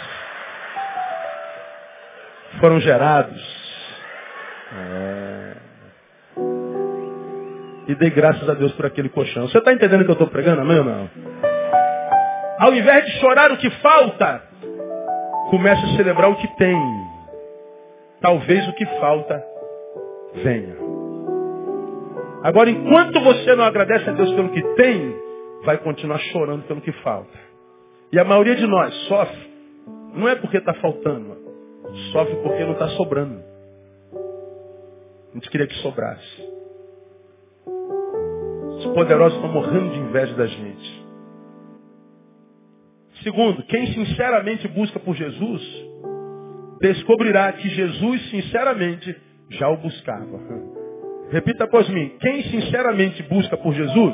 foram gerados. E dei graças a Deus por aquele colchão. Você está entendendo o que eu estou pregando, amém ou não? Ao invés de chorar o que falta, comece a celebrar o que tem. Talvez o que falta venha. Agora, enquanto você não agradece a Deus pelo que tem, vai continuar chorando pelo que falta. E a maioria de nós sofre, não é porque está faltando, sofre porque não está sobrando. A gente queria que sobrasse. Os poderosos estão morrendo de inveja da gente. Segundo, quem sinceramente busca por Jesus, descobrirá que Jesus sinceramente já o buscava. Repita após mim. Quem sinceramente busca por Jesus,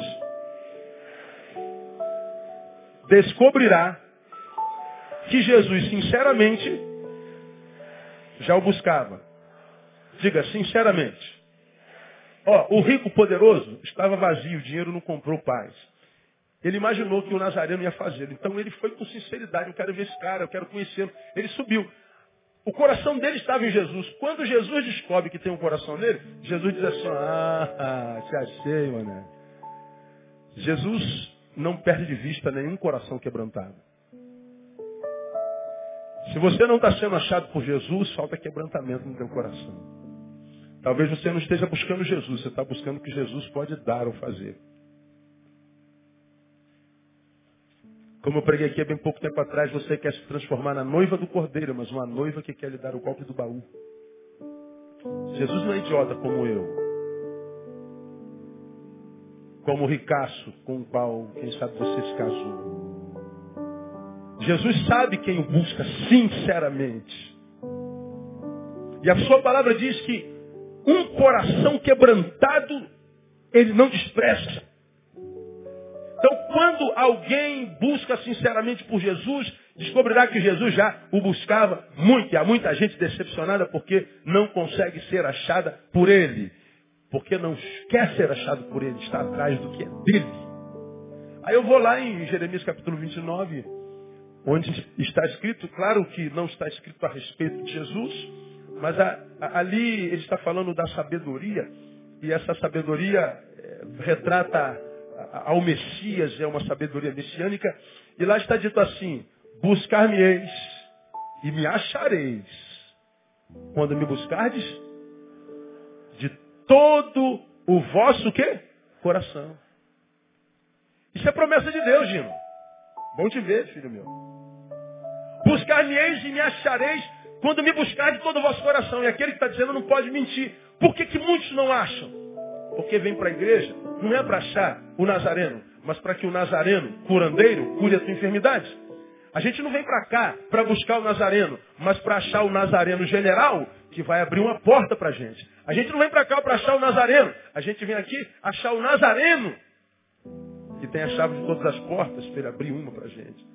descobrirá que Jesus sinceramente já o buscava. Diga, sinceramente. O rico poderoso estava vazio, o dinheiro não comprou paz. Ele imaginou que o Nazareno ia fazê-lo. Então ele foi com sinceridade, eu quero ver esse cara, eu quero conhecê-lo. Ele subiu. O coração dele estava em Jesus. Quando Jesus descobre que tem um coração nele, Jesus diz assim, te achei, mané. Jesus não perde de vista nenhum coração quebrantado. Se você não está sendo achado por Jesus, falta quebrantamento no teu coração. Talvez você não esteja buscando Jesus, você está buscando o que Jesus pode dar ou fazer. Como eu preguei aqui há bem pouco tempo atrás, você quer se transformar na noiva do Cordeiro, mas uma noiva que quer lhe dar o golpe do baú. Jesus não é idiota como eu. Como o ricaço com o qual, quem sabe, você se casou. Jesus sabe quem o busca sinceramente. E a sua palavra diz que um coração quebrantado, ele não despreza. Então, quando alguém busca sinceramente por Jesus, descobrirá que Jesus já o buscava muito. E há muita gente decepcionada porque não consegue ser achada por ele. Porque não quer ser achado por ele, está atrás do que é dele. Aí eu vou lá em Jeremias capítulo 29, onde está escrito, claro que não está escrito a respeito de Jesus, mas ali ele está falando da sabedoria, e essa sabedoria retrata ao Messias, é uma sabedoria messiânica, e lá está dito assim, buscar-me-eis e me achareis, quando me buscardes de todo o vosso quê? Coração. Isso é promessa de Deus, Gino. Bom te ver, filho meu. Buscar-me-eis e me achareis quando me buscar de todo o vosso coração. E aquele que está dizendo não pode mentir. Por que muitos não acham? Porque vem para a igreja, não é para achar o Nazareno, mas para que o Nazareno, curandeiro, cure a tua enfermidade. A gente não vem para cá para buscar o Nazareno, mas para achar o Nazareno general, que vai abrir uma porta para a gente. A gente não vem para cá para achar o Nazareno, a gente vem aqui achar o Nazareno, que tem a chave de todas as portas, para ele abrir uma para a gente.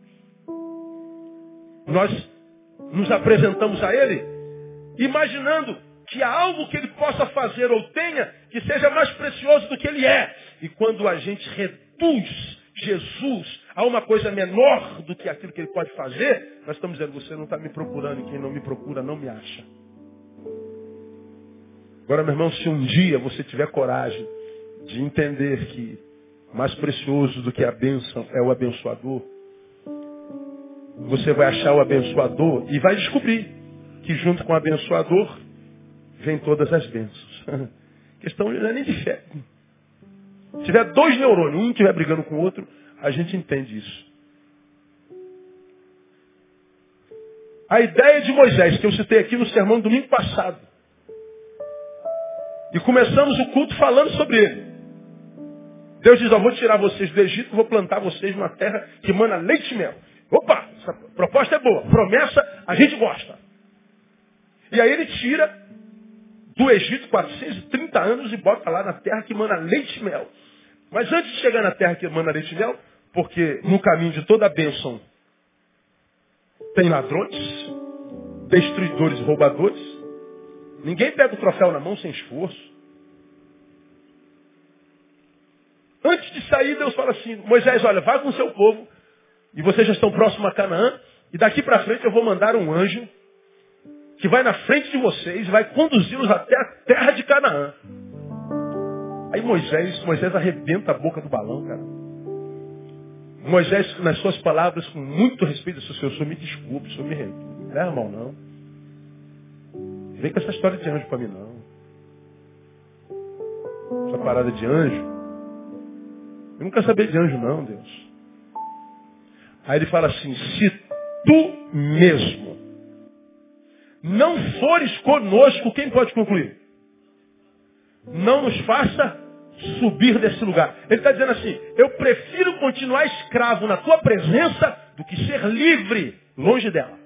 Nós nos apresentamos a ele, imaginando que há algo que ele possa fazer ou tenha que seja mais precioso do que ele é. E quando a gente reduz Jesus a uma coisa menor do que aquilo que ele pode fazer, nós estamos dizendo, você não está me procurando e quem não me procura não me acha. Agora, meu irmão, se um dia você tiver coragem de entender que mais precioso do que a bênção é o abençoador, você vai achar o abençoador e vai descobrir que junto com o abençoador vem todas as bênçãos. A questão não é nem de fé. Se tiver dois neurônios, um estiver brigando com o outro, a gente entende isso. A ideia de Moisés, que eu citei aqui no sermão do domingo passado. E começamos o culto falando sobre ele. Deus diz, vou tirar vocês do Egito, vou plantar vocês numa terra que mana leite e mel. Opa, essa proposta é boa. Promessa, a gente gosta. E aí ele tira do Egito 430 anos e bota lá na terra que mana leite e mel. Mas antes de chegar na terra que mana leite e mel, porque no caminho de toda a bênção tem ladrões, destruidores e roubadores. Ninguém pega o troféu na mão sem esforço. Antes de sair, Deus fala assim, Moisés, olha, vai com o seu povo, e vocês já estão próximos a Canaã, e daqui para frente eu vou mandar um anjo que vai na frente de vocês, vai conduzi-los até a terra de Canaã. Aí Moisés arrebenta a boca do balão, cara. Moisés, nas suas palavras, com muito respeito, disse, o senhor me desculpe, o senhor me leva mal, não. Vem com essa história de anjo para mim, não. Essa parada de anjo. Eu não quero saber de anjo, não, Deus. Aí ele fala assim, se tu mesmo não fores conosco, quem pode concluir? Não nos faça subir desse lugar. Ele está dizendo assim, eu prefiro continuar escravo na tua presença do que ser livre longe dela.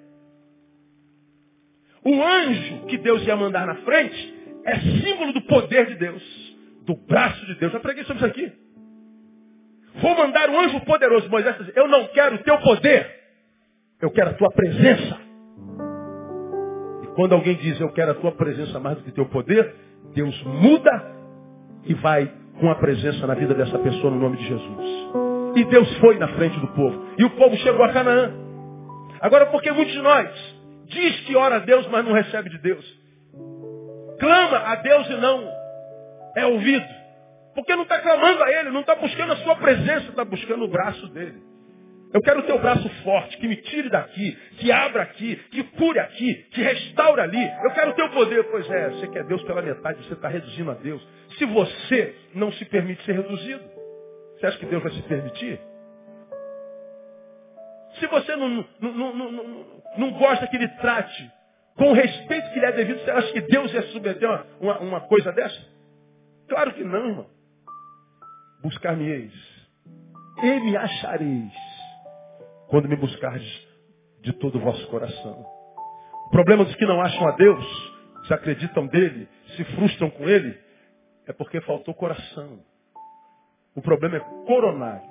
O anjo que Deus ia mandar na frente é símbolo do poder de Deus, do braço de Deus. Já preguei sobre isso aqui. Vou mandar um anjo poderoso. Moisés diz, eu não quero o teu poder, eu quero a tua presença. E quando alguém diz, eu quero a tua presença mais do que o teu poder, Deus muda e vai com a presença na vida dessa pessoa no nome de Jesus. E Deus foi na frente do povo. E o povo chegou a Canaã. Agora, porque muitos de nós diz que ora a Deus, mas não recebe de Deus. Clama a Deus e não é ouvido. Porque não está clamando a Ele, não está buscando a sua presença, está buscando o braço dele. Eu quero o teu braço forte, que me tire daqui, que abra aqui, que cure aqui, que restaure ali. Eu quero o teu poder. Pois é, você quer Deus pela metade, você está reduzindo a Deus. Se você não se permite ser reduzido, você acha que Deus vai se permitir? Se você não gosta que Ele trate com o respeito que lhe é devido, você acha que Deus ia submeter uma coisa dessa? Claro que não, irmão. Buscar-me-eis e me achareis quando me buscardes de todo o vosso coração. O problema dos que não acham a Deus, se acreditam dele, se frustram com ele, é porque faltou coração. O problema é coronário.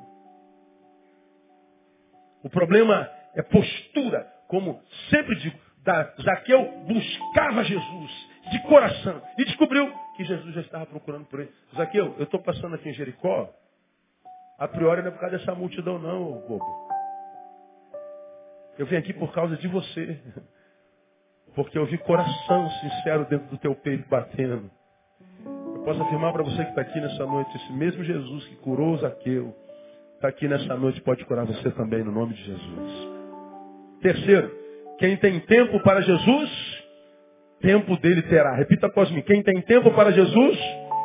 O problema é postura, como sempre digo, Zaqueu buscava Jesus de coração e descobriu que Jesus já estava procurando por ele. Zaqueu, eu estou passando aqui em Jericó, a priori não é por causa dessa multidão não, bobo. Eu vim aqui por causa de você, porque eu vi coração sincero dentro do teu peito batendo. Eu posso afirmar para você que está aqui nessa noite, esse mesmo Jesus que curou Zaqueu, está aqui nessa noite, pode curar você também, no nome de Jesus. Terceiro, quem tem tempo para Jesus, tempo dele terá. Repita após mim. Quem tem tempo para Jesus,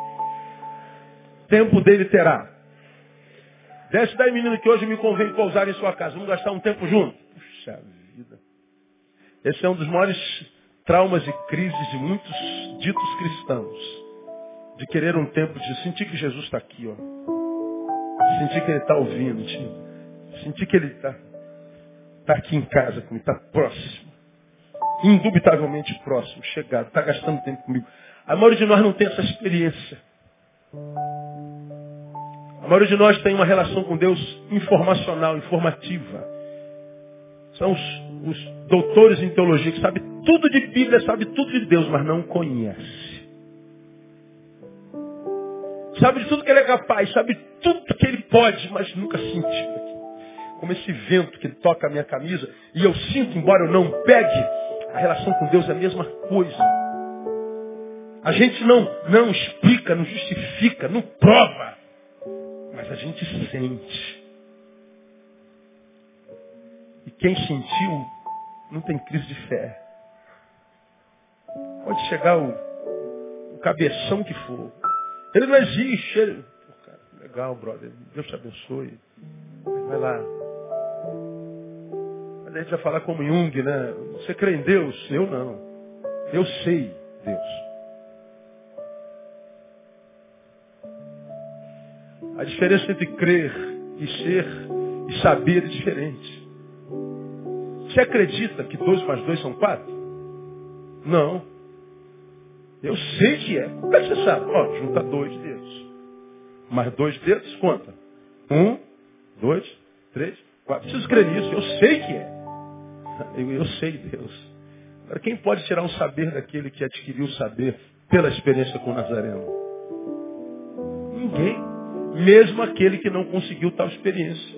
tempo dele terá. Desce daí, menino, que hoje me convém pousar em sua casa. Vamos gastar um tempo junto. Puxa vida. Esse é um dos maiores traumas e crises de muitos ditos cristãos. De querer um tempo de sentir que Jesus está aqui, ó. Sentir que Ele está ouvindo. Sentir que Ele está aqui em casa comigo, está próximo. Indubitavelmente próximo, chegado, está gastando tempo comigo. A maioria de nós não tem essa experiência. A maioria de nós tem uma relação com Deus informacional, informativa. São os doutores em teologia que sabem tudo de Bíblia, sabem tudo de Deus, mas não conhece. Sabe de tudo que Ele é capaz, sabe tudo que Ele pode, mas nunca sentiu. Como esse vento que toca a minha camisa e eu sinto, embora eu não pegue, a relação com Deus é a mesma coisa. A gente não explica, não justifica, não prova. Mas a gente sente. E quem sentiu não tem crise de fé. Pode chegar o cabeção que for. Ele não existe. Pô, cara, legal, brother. Deus te abençoe. Vai lá. Mas a gente vai falar como Jung, né? Você crê em Deus? Eu não. Eu sei Deus. A diferença entre crer e ser e saber é diferente. Você acredita que 2 mais 2 são 4? Não. Eu sei que é. Como é que você sabe? Ó, junta 2 dedos. Mais 2 dedos, conta. 1, 2, 3, 4. Preciso crer nisso. Eu sei que é. Eu sei Deus. Agora, quem pode tirar um saber daquele que adquiriu o saber pela experiência com o Nazareno? Ninguém. Mesmo aquele que não conseguiu tal experiência.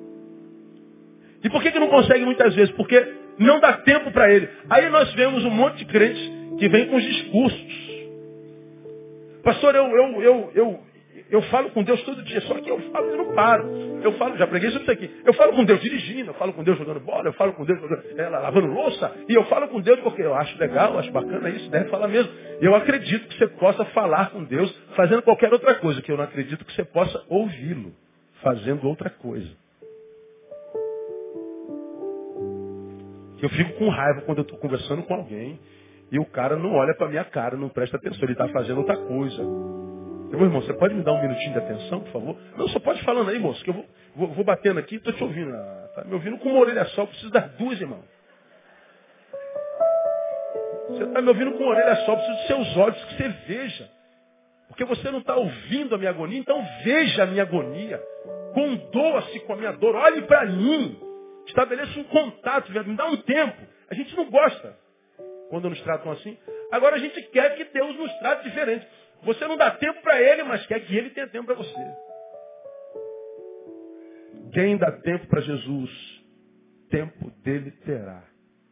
E por que não consegue muitas vezes? Porque não dá tempo para ele. Aí nós vemos um monte de crentes que vem com os discursos. Pastor, eu falo com Deus todo dia, só que eu falo e não paro. Eu falo, já preguei sobre isso aqui. Eu falo com Deus dirigindo, eu falo com Deus jogando bola, eu falo com Deus lavando louça, e eu falo com Deus porque eu acho legal, acho bacana isso, deve falar mesmo. Eu acredito que você possa falar com Deus fazendo qualquer outra coisa, que eu não acredito que você possa ouvi-lo fazendo outra coisa. Eu fico com raiva quando eu estou conversando com alguém e o cara não olha para minha cara, não presta atenção, ele está fazendo outra coisa. Meu irmão, você pode me dar um minutinho de atenção, por favor? Não, só pode falando aí, moço, que eu vou batendo aqui e estou te ouvindo. Tá me ouvindo com uma orelha só, eu preciso das 2, irmão. Você está me ouvindo com uma orelha só, eu preciso dos seus olhos, que você veja. Porque você não está ouvindo a minha agonia, então veja a minha agonia. Condoa-se com a minha dor, olhe para mim. Estabeleça um contato, me dá um tempo. A gente não gosta quando nos tratam assim. Agora a gente quer que Deus nos trate diferente. Você não dá tempo para Ele, mas quer que Ele tenha tempo para você. Quem dá tempo para Jesus, tempo dele terá.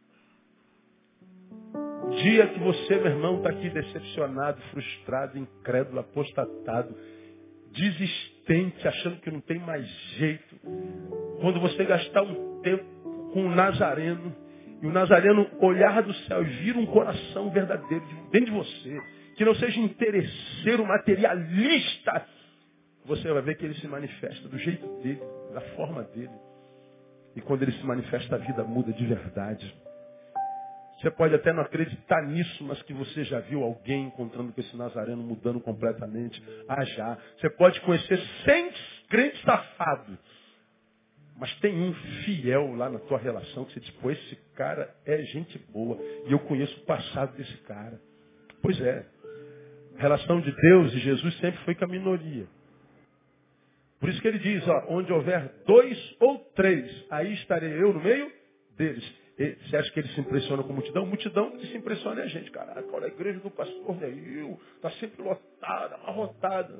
Dia que você, meu irmão, está aqui decepcionado, frustrado, incrédulo, apostatado, desistente, achando que não tem mais jeito. Quando você gastar um tempo com o Nazareno, e o Nazareno olhar do céu e vir um coração verdadeiro dentro de você, que não seja interesseiro, materialista, você vai ver que ele se manifesta do jeito dele, da forma dele. E quando ele se manifesta, a vida muda de verdade. Você pode até não acreditar nisso, mas que você já viu alguém encontrando com esse Nazareno mudando completamente. Ah, já. Você pode conhecer 100 crentes safados, mas tem um fiel lá na tua relação que você diz, pô, esse cara é gente boa. E eu conheço o passado desse cara. Pois é. A relação de Deus e Jesus sempre foi com a minoria. Por isso que ele diz, ó, onde houver 2 ou 3, aí estarei eu no meio deles. E você acha que ele se impressiona com a multidão? Multidão que se impressiona é a gente. Caraca, olha a igreja do pastor Neil, está sempre lotada, amarrotada.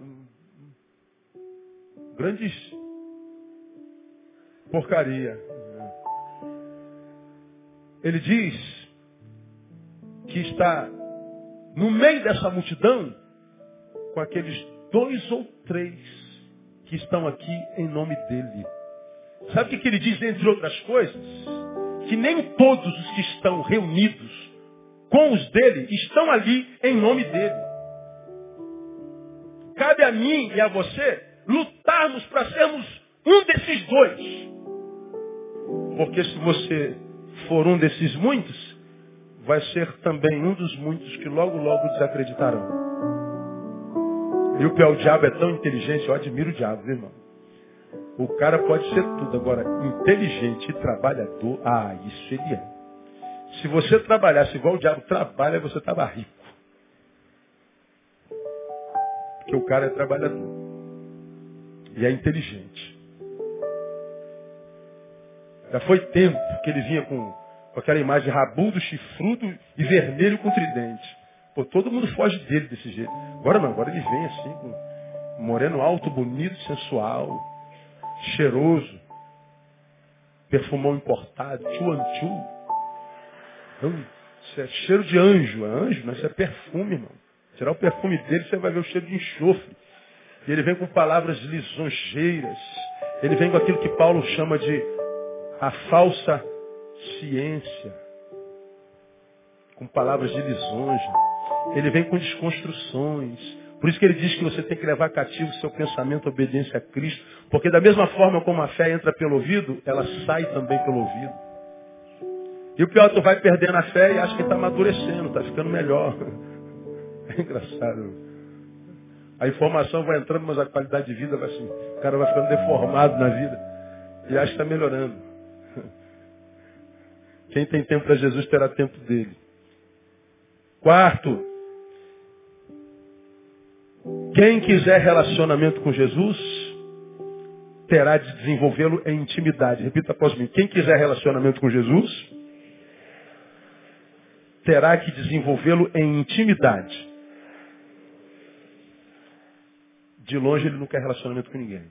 Grandes porcaria. Ele diz que está no meio dessa multidão com aqueles 2 ou 3 que estão aqui em nome dele. Sabe o que ele diz, entre outras coisas? Que nem todos os que estão reunidos com os dele estão ali em nome dele. Cabe a mim e a você lutarmos para sermos um desses 2. Porque se você for um desses muitos, vai ser também um dos muitos que logo, logo desacreditarão. E o pior, o diabo é tão inteligente, eu admiro o diabo, viu, irmão? O cara pode ser tudo, agora, inteligente e trabalhador, isso ele é. Se você trabalhasse igual o diabo trabalha, você estava rico. Porque o cara é trabalhador. E é inteligente. Já foi tempo que ele vinha com aquela imagem rabudo, chifrudo e vermelho com tridente. Pô, todo mundo foge dele desse jeito. Agora não, agora ele vem assim, com um moreno alto, bonito, sensual, cheiroso, perfumão importado, tchu-an-tchu. Isso é cheiro de anjo, anjo, mas isso é perfume, irmão. Tirar o perfume dele, você vai ver o cheiro de enxofre. E ele vem com palavras lisonjeiras. Ele vem com aquilo que Paulo chama de a falsa ciência. Com palavras de lisonja. Ele vem com desconstruções. Por isso que ele diz que você tem que levar cativo o seu pensamento à obediência a Cristo. Porque da mesma forma como a fé entra pelo ouvido, ela sai também pelo ouvido. E o pior, tu vai perdendo a fé e acha que está amadurecendo, está ficando melhor. É engraçado. A informação vai entrando, mas a qualidade de vida vai assim. O cara vai ficando deformado na vida. E acha que está melhorando. Quem tem tempo para Jesus terá tempo dele. Quarto. Quem quiser relacionamento com Jesus, terá de desenvolvê-lo em intimidade. Repita após mim. Quem quiser relacionamento com Jesus, terá que desenvolvê-lo em intimidade. De longe ele não quer relacionamento com ninguém.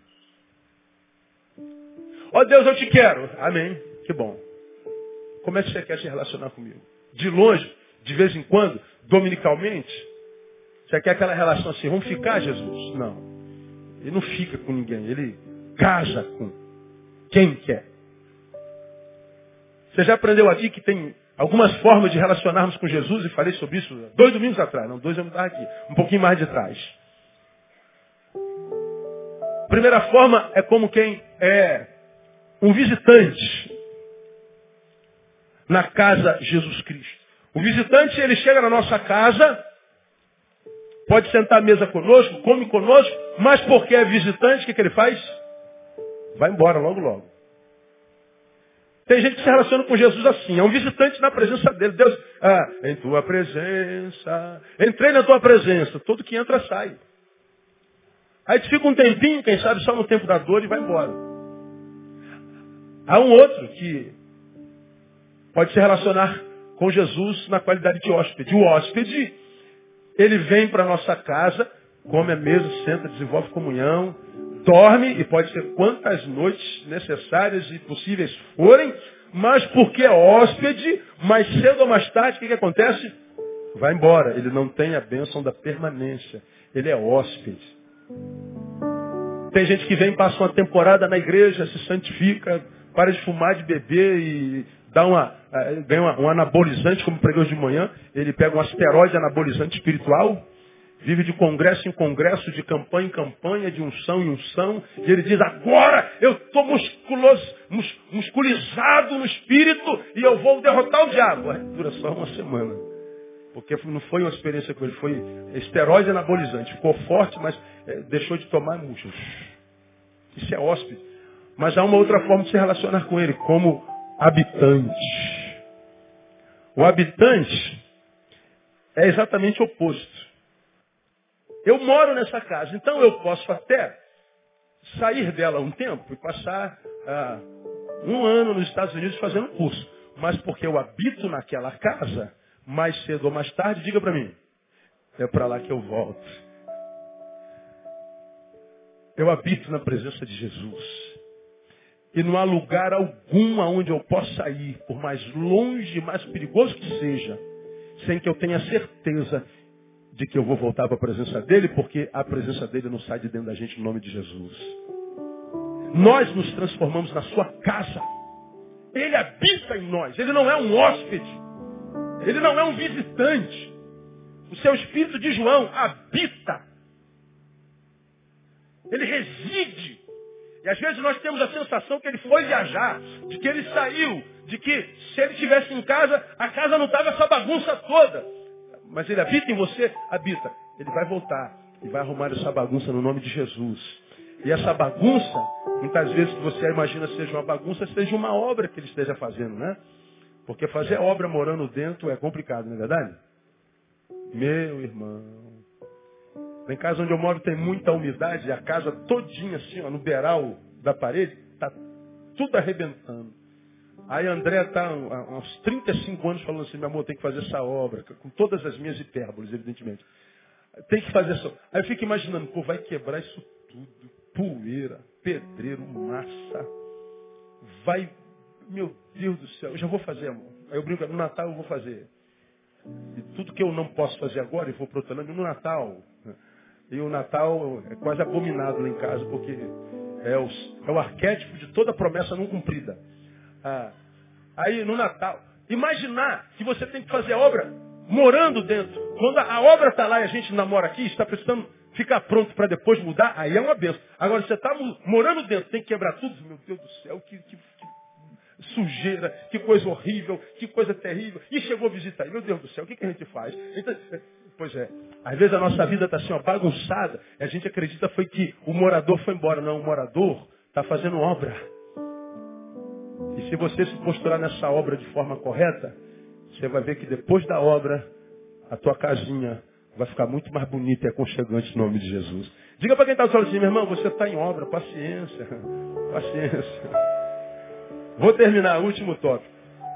Ó Deus, eu te quero. Amém. Que bom. Como é que você quer se relacionar comigo? De longe, de vez em quando, dominicalmente, você quer aquela relação assim, vamos ficar, Jesus? Não. Ele não fica com ninguém. Ele casa com quem quer. Você já aprendeu aqui que tem algumas formas de relacionarmos com Jesus, e falei sobre isso 2 domingos atrás. Não, 2 eu não estava aqui. Um pouquinho mais de trás. Primeira forma é como quem é um visitante na casa de Jesus Cristo. O visitante, ele chega na nossa casa, pode sentar à mesa conosco, come conosco, mas porque é visitante, o que ele faz? Vai embora logo, logo. Tem gente que se relaciona com Jesus assim, é um visitante na presença dele. Deus, em tua presença, entrei na tua presença, todo que entra sai. Aí fica um tempinho, quem sabe só no tempo da dor, e vai embora. Há um outro que pode se relacionar com Jesus na qualidade de hóspede. O hóspede, ele vem para a nossa casa, come a mesa, senta, desenvolve comunhão, dorme, e pode ser quantas noites necessárias e possíveis forem, mas porque é hóspede, mais cedo ou mais tarde, o que acontece? Vai embora. Ele não tem a bênção da permanência. Ele é hóspede. Tem gente que vem, passa uma temporada na igreja, se santifica, para de fumar, de beber e ganha um anabolizante, como pregou de manhã. Ele pega um asteroide anabolizante espiritual, vive de congresso em congresso, de campanha em campanha, de unção em unção. E ele diz, agora eu estou musculizado no espírito e eu vou derrotar o diabo. Dura só uma semana. Porque não foi uma experiência com ele, foi esteroide anabolizante. Ficou forte, mas deixou de tomar murchas. Isso é hóspede. Mas há uma outra forma de se relacionar com ele, como habitante. O habitante é exatamente o oposto. Eu moro nessa casa, então eu posso até sair dela um tempo e passar 1 ano nos Estados Unidos fazendo curso. Mas porque eu habito naquela casa, mais cedo ou mais tarde, diga para mim, é para lá que eu volto. Eu habito na presença de Jesus. E não há lugar algum aonde eu possa ir, por mais longe, mais perigoso que seja, sem que eu tenha certeza de que eu vou voltar para a presença dele, porque a presença dele não sai de dentro da gente no nome de Jesus. Nós nos transformamos na sua casa. Ele habita em nós. Ele não é um hóspede. Ele não é um visitante. O seu espírito de João habita. Ele reside. E às vezes nós temos a sensação que ele foi viajar, de que ele saiu, de que se ele estivesse em casa, a casa não estava essa bagunça toda. Mas ele habita em você? Habita. Ele vai voltar e vai arrumar essa bagunça no nome de Jesus. E essa bagunça, muitas vezes que você imagina seja uma bagunça, seja uma obra que ele esteja fazendo, né? Porque fazer obra morando dentro é complicado, não é verdade? Meu irmão. Em casa onde eu moro tem muita umidade, a casa todinha assim, ó, no beiral da parede, está tudo arrebentando. Aí André está há uns 35 anos falando assim, meu amor, tem que fazer essa obra, com todas as minhas hipérboles, evidentemente. Tem que fazer essa. Aí eu fico imaginando, pô, vai quebrar isso tudo, poeira, pedreiro, massa, vai, meu Deus do céu, eu já vou fazer, amor. Aí eu brinco, no Natal eu vou fazer. E tudo que eu não posso fazer agora, eu vou para outro ano, no Natal. E o Natal é quase abominado lá em casa, porque é o arquétipo de toda promessa não cumprida. Aí no Natal, imaginar que você tem que fazer a obra morando dentro. Quando a obra está lá e a gente namora aqui, está precisando ficar pronto para depois mudar, aí é uma benção. Agora você está morando dentro, tem que quebrar tudo. Meu Deus do céu, que sujeira, que coisa horrível, que coisa terrível. E chegou a visita aí, meu Deus do céu, o que a gente faz? Então, pois é, às vezes a nossa vida está assim, ó, bagunçada, e a gente acredita foi que o morador foi embora. Não, o morador está fazendo obra. E se você se posturar nessa obra de forma correta, você vai ver que depois da obra, a tua casinha vai ficar muito mais bonita e aconchegante em nome de Jesus. Diga para quem está falando assim, meu irmão, você está em obra, paciência, paciência. Vou terminar, último tópico.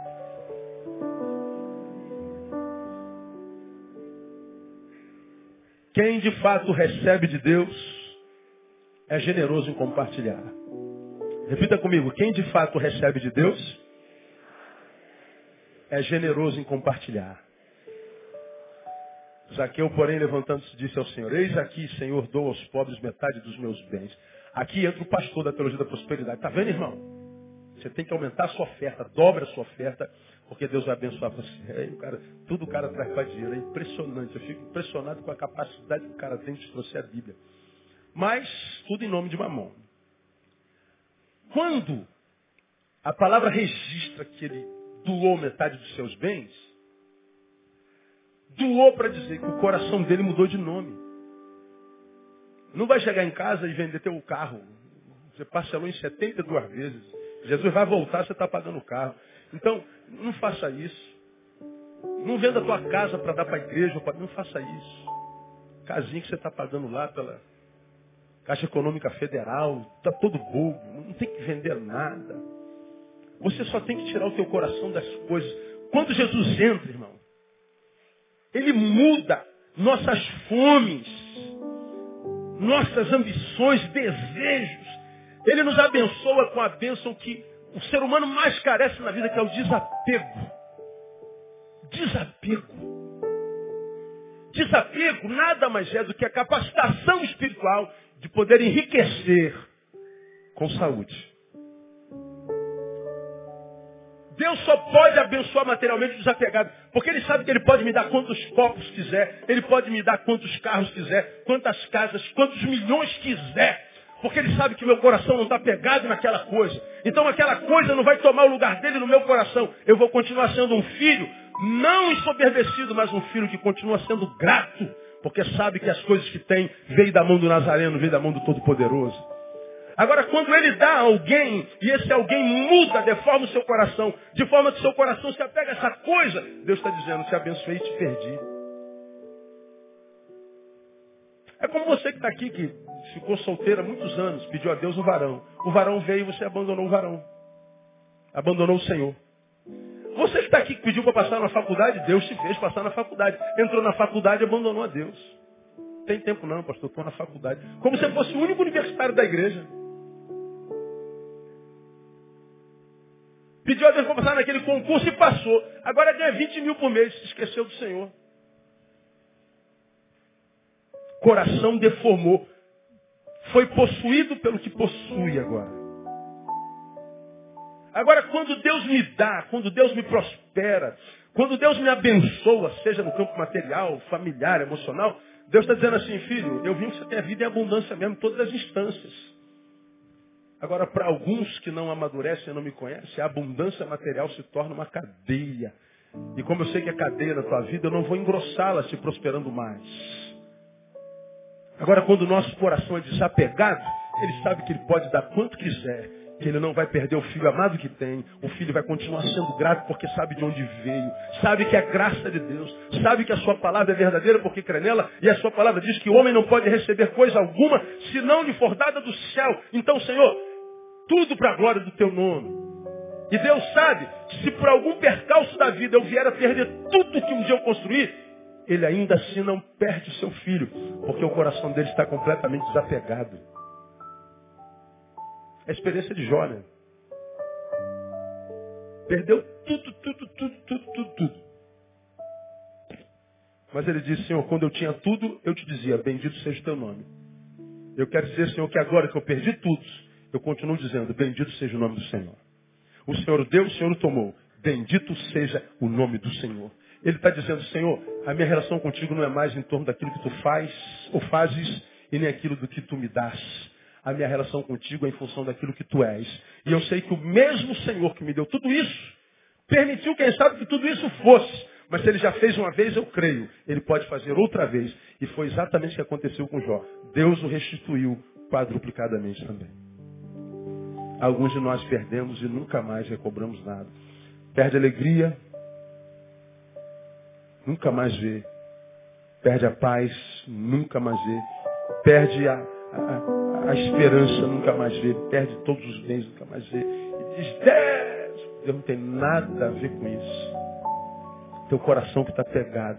Quem de fato recebe de Deus é generoso em compartilhar. Repita comigo, quem de fato recebe de Deus é generoso em compartilhar. Zaqueu, porém, levantando-se, disse ao Senhor, eis aqui, Senhor, dou aos pobres metade dos meus bens. Aqui entra o pastor da teologia da prosperidade. Está vendo, irmão? Você tem que aumentar a sua oferta, dobra a sua oferta, porque Deus vai abençoar você. Aí, tudo o cara traz para dinheiro. É impressionante. Eu fico impressionado com a capacidade que o cara tem de trouxer a Bíblia. Mas, tudo em nome de Mamon. Quando a palavra registra que ele doou metade dos seus bens, doou para dizer que o coração dele mudou de nome. Não vai chegar em casa e vender teu carro. Você parcelou em 72 vezes. Jesus vai voltar, você está pagando o carro. Então, não faça isso. Não venda a tua casa para dar para a igreja. Não faça isso. Casinha que você está pagando lá pela Caixa Econômica Federal. Está todo bobo. Não tem que vender nada. Você só tem que tirar o teu coração das coisas. Quando Jesus entra, irmão, Ele muda nossas fomes, nossas ambições, desejos. Ele nos abençoa com a bênção que o ser humano mais carece na vida, que é o desapego. Desapego. Desapego nada mais é do que a capacitação espiritual de poder enriquecer com saúde. Deus só pode abençoar materialmente o desapegado, porque Ele sabe que Ele pode me dar quantos copos quiser, Ele pode me dar quantos carros quiser, quantas casas, quantos milhões quiser, porque Ele sabe que meu coração não está pegado naquela coisa. Então aquela coisa não vai tomar o lugar dele no meu coração. Eu vou continuar sendo um filho, não ensoberbecido, mas um filho que continua sendo grato, porque sabe que as coisas que tem veio da mão do Nazareno, veio da mão do Todo-Poderoso. Agora, quando Ele dá a alguém, e esse alguém muda, deforma o seu coração, de forma que o seu coração se apega a essa coisa, Deus está dizendo, te abençoei e te perdi. É como você que está aqui, que ficou solteira há muitos anos, pediu a Deus um varão. O varão veio e você abandonou o varão. Abandonou o Senhor. Você que está aqui, que pediu para passar na faculdade, Deus te fez passar na faculdade. Entrou na faculdade e abandonou a Deus. Não tem tempo não, pastor, estou na faculdade. Como se fosse o único universitário da igreja. Pediu a Deus para passar naquele concurso e passou. Agora ganha 20 mil por mês. Se esqueceu do Senhor. Coração deformou. Foi possuído pelo que possui agora. Agora, quando Deus me dá, quando Deus me prospera, quando Deus me abençoa, seja no campo material, familiar, emocional, Deus está dizendo assim, filho, eu vim que você tenha vida em abundância mesmo, em todas as instâncias. Agora, para alguns que não amadurecem e não me conhecem, a abundância material se torna uma cadeia. E como eu sei que é cadeia na tua vida, eu não vou engrossá-la se prosperando mais. Agora, quando o nosso coração é desapegado, ele sabe que ele pode dar quanto quiser, que ele não vai perder o filho amado que tem. O filho vai continuar sendo grato porque sabe de onde veio, sabe que é a graça de Deus, sabe que a sua palavra é verdadeira porque crê nela, e a sua palavra diz que o homem não pode receber coisa alguma se não lhe for dada do céu. Então, Senhor, tudo para a glória do teu nome. E Deus sabe que se por algum percalço da vida eu vier a perder tudo que um dia eu construí, Ele ainda assim não perde o seu filho, porque o coração dele está completamente desapegado. É a experiência de Jó, né? Perdeu tudo. Mas ele disse, Senhor, quando eu tinha tudo, eu te dizia, bendito seja o teu nome. Eu quero dizer, Senhor, que agora que eu perdi tudo, eu continuo dizendo, bendito seja o nome do Senhor. O Senhor o deu, o Senhor o tomou. Bendito seja o nome do Senhor. Ele está dizendo, Senhor, a minha relação contigo não é mais em torno daquilo que tu faz ou fazes e nem aquilo do que tu me dás. A minha relação contigo é em função daquilo que tu és. E eu sei que o mesmo Senhor que me deu tudo isso, permitiu, quem sabe, que tudo isso fosse. Mas se ele já fez uma vez, eu creio. Ele pode fazer outra vez. E foi exatamente o que aconteceu com Jó. Deus o restituiu quadruplicadamente também. Alguns de nós perdemos e nunca mais recobramos nada. Perde a alegria, nunca mais vê. Perde a paz, nunca mais vê. Perde a esperança, nunca mais vê. Perde todos os bens, nunca mais vê. E diz, Deus não tem nada a ver com isso. Teu coração que está pegado.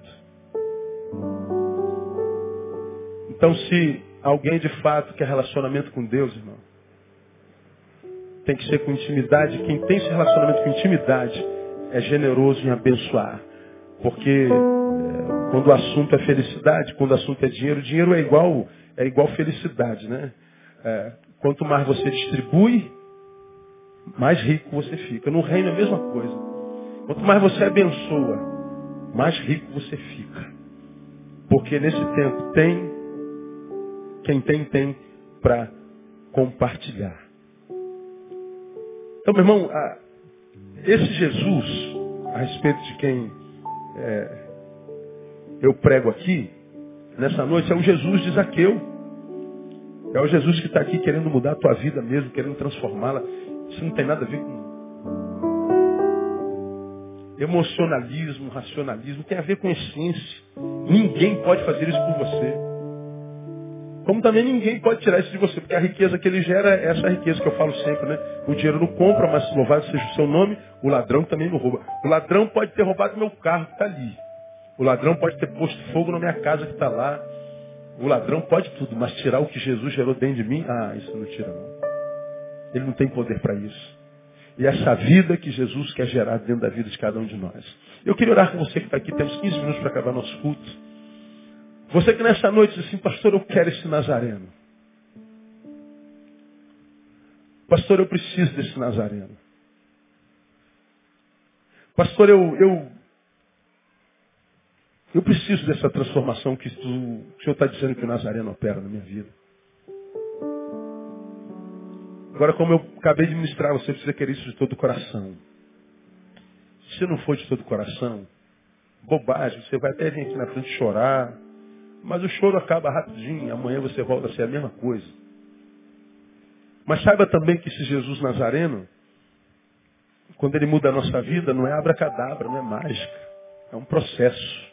Então, se alguém de fato quer relacionamento com Deus, irmão, tem que ser com intimidade. Quem tem esse relacionamento com intimidade é generoso em abençoar. Porque quando o assunto é felicidade, quando o assunto é dinheiro, dinheiro é igual felicidade, né? Quanto mais você distribui, mais rico você fica. No reino é a mesma coisa. Quanto mais você abençoa, mais rico você fica. Porque nesse tempo quem tem para compartilhar. Então, meu irmão, esse Jesus, a respeito de quem eu prego aqui, nessa noite, é o Jesus de Zaqueu. É o Jesus que está aqui querendo mudar a tua vida mesmo, querendo transformá-la. Isso não tem nada a ver com emocionalismo, racionalismo, tem a ver com essência. Ninguém pode fazer isso por você. Como também ninguém pode tirar isso de você, porque a riqueza que ele gera é essa riqueza que eu falo sempre, né? O dinheiro não compra, mas louvado seja o seu nome, o ladrão também não rouba. O ladrão pode ter roubado meu carro que está ali. O ladrão pode ter posto fogo na minha casa que está lá. O ladrão pode tudo, mas tirar o que Jesus gerou dentro de mim, isso não tira não. Ele não tem poder para isso. E essa vida que Jesus quer gerar dentro da vida de cada um de nós. Eu queria orar com você que está aqui, temos 15 minutos para acabar nosso culto. Você que nessa noite diz assim, pastor, eu quero esse Nazareno. Pastor, eu preciso desse Nazareno. Pastor, eu preciso dessa transformação que o Senhor está dizendo que o Nazareno opera na minha vida. Agora, como eu acabei de ministrar, você precisa querer isso de todo o coração. Se não for de todo o coração, bobagem, você vai até vir aqui na frente chorar, mas o choro acaba rapidinho, amanhã você volta a ser a mesma coisa. Mas saiba também que esse Jesus Nazareno, quando ele muda a nossa vida, não é abracadabra, não é mágica, é um processo.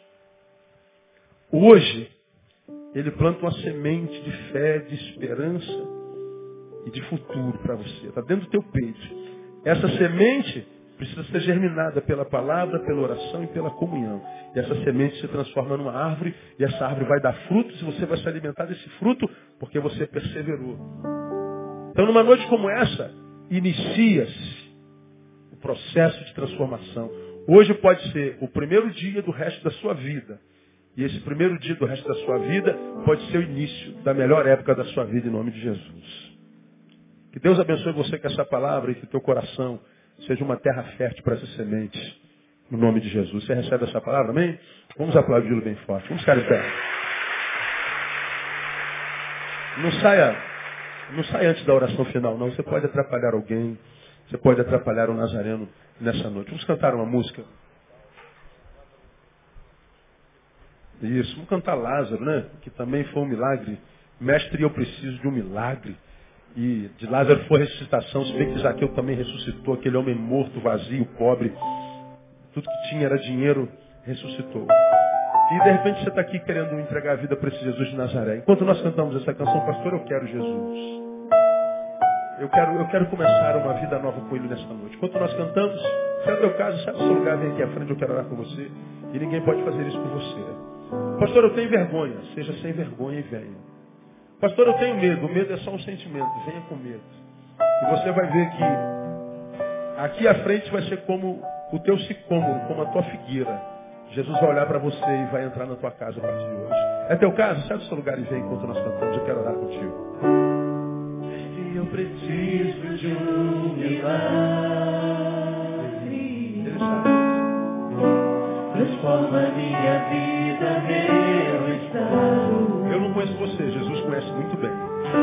Hoje, ele planta uma semente de fé, de esperança e de futuro para você. Está dentro do teu peito. Essa semente precisa ser germinada pela palavra, pela oração e pela comunhão. E essa semente se transforma numa árvore, e essa árvore vai dar frutos, e você vai se alimentar desse fruto, porque você perseverou. Então, numa noite como essa, inicia-se o processo de transformação. Hoje pode ser o primeiro dia do resto da sua vida. E esse primeiro dia do resto da sua vida pode ser o início da melhor época da sua vida, em nome de Jesus. Que Deus abençoe você com essa palavra e que o teu coração seja uma terra fértil para essa semente. No nome de Jesus. Você recebe essa palavra, amém? Vamos aplaudi-lo bem forte. Vamos ficar em pé. Não saia antes da oração final, não. Você pode atrapalhar alguém. Você pode atrapalhar o Nazareno nessa noite. Vamos cantar uma música. Isso. Vamos cantar Lázaro, né? Que também foi um milagre. Mestre, eu preciso de um milagre. E de Lázaro foi a ressuscitação. Se bem que Zaqueu também ressuscitou, aquele homem morto, vazio, pobre. Tudo que tinha era dinheiro, ressuscitou. E de repente você está aqui querendo entregar a vida para esse Jesus de Nazaré. Enquanto nós cantamos essa canção, pastor, eu quero Jesus. Eu quero começar uma vida nova com Ele nessa noite. Enquanto nós cantamos, se é o teu caso, sai do seu lugar, vem aqui à frente, eu quero orar com você. E ninguém pode fazer isso por você. Pastor, eu tenho vergonha. Seja sem vergonha e venha. Pastor, eu tenho medo. O medo é só um sentimento. Venha com medo. E você vai ver que aqui à frente vai ser como o teu sicômoro, como a tua figueira. Jesus vai olhar para você e vai entrar na tua casa a partir de hoje. É teu caso? Sai do seu lugar e vem enquanto nós cantamos. Eu quero orar contigo. Eu preciso de um milagre. Ele sabe. Transforma minha vida, meu estado. Eu não conheço você, Jesus conhece muito bem.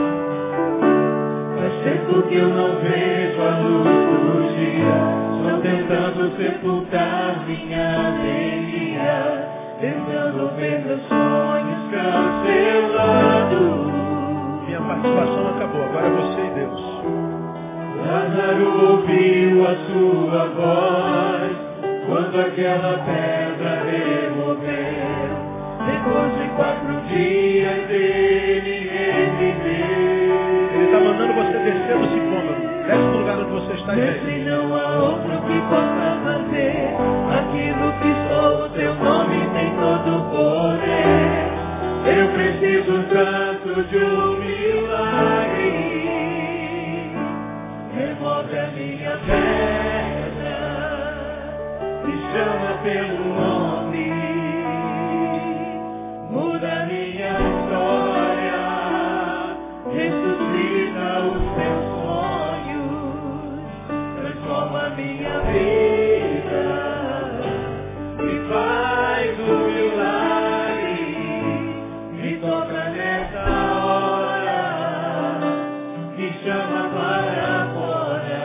Faz tempo que eu não vejo a luz do dia. Estou tentando sepultar minha alegria, tentando ver meus sonhos cancelados. Minha participação acabou, agora é você e Deus. Lázaro ouviu a sua voz quando aquela pedra removeu. Depois de 4 dias ele reviveu. Ele está mandando você descer no sicômoro. Desce no lugar onde você está e vem. Se não há outro que possa fazer aquilo que só o teu nome tem todo o poder. Eu preciso tanto de um milagre. Remove a minha pedra, me chama pelo nome, muda minha história, ressuscita os teus sonhos, transforma minha vida, me faz um milagre, me toca nessa hora, me chama para fora,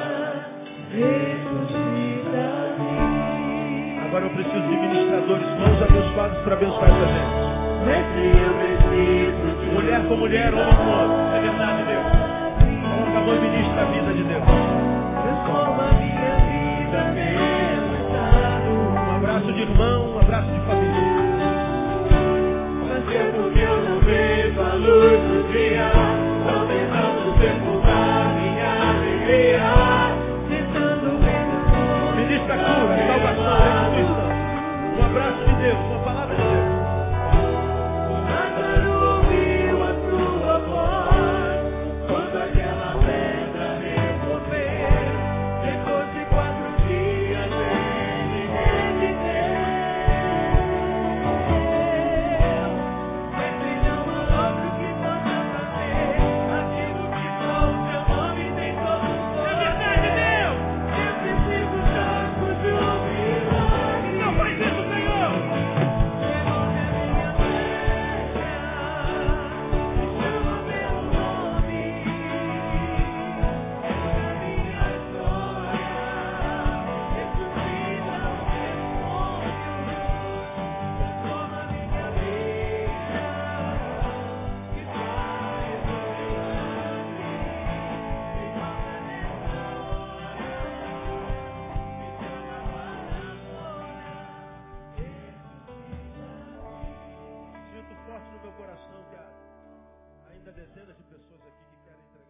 ressuscita-me. Agora eu preciso de ministradores, mãos abençoadas para abençoar essa gente. Mestre, eu preciso de Mulher com mulher, homem com homem. É verdade, Deus. Coloca a mão e ministra a vida de Deus. transforma minha vida, meu estado. Um abraço de irmão, um abraço de família. Faz tempo que eu não vejo a luz do dia. Estou tentando sepultar minha alegria, tentando ver meus sonhos. Ministra a cura, salvação, restituição. Um abraço de Deus, uma palavra de Deus. Lázaro ouviu a sua voz quando aquela pedra removeu. Depois de 4 dias ele reviveu. Mestre, não há outro que possa fazer aquilo que só o teu nome tem todo o poder. É verdade, Deus! Eu preciso tanto de um milagre. Não faz isso, Senhor! Remove a minha pedra, me chama pelo nome, muda minha história, ressuscita os meus sonhos, transforma minha vida, me faz um milagre, me toca nessa hora, me chama para fora. Sinto forte no meu coração que há ainda dezenas de pessoas aqui que querem entregar.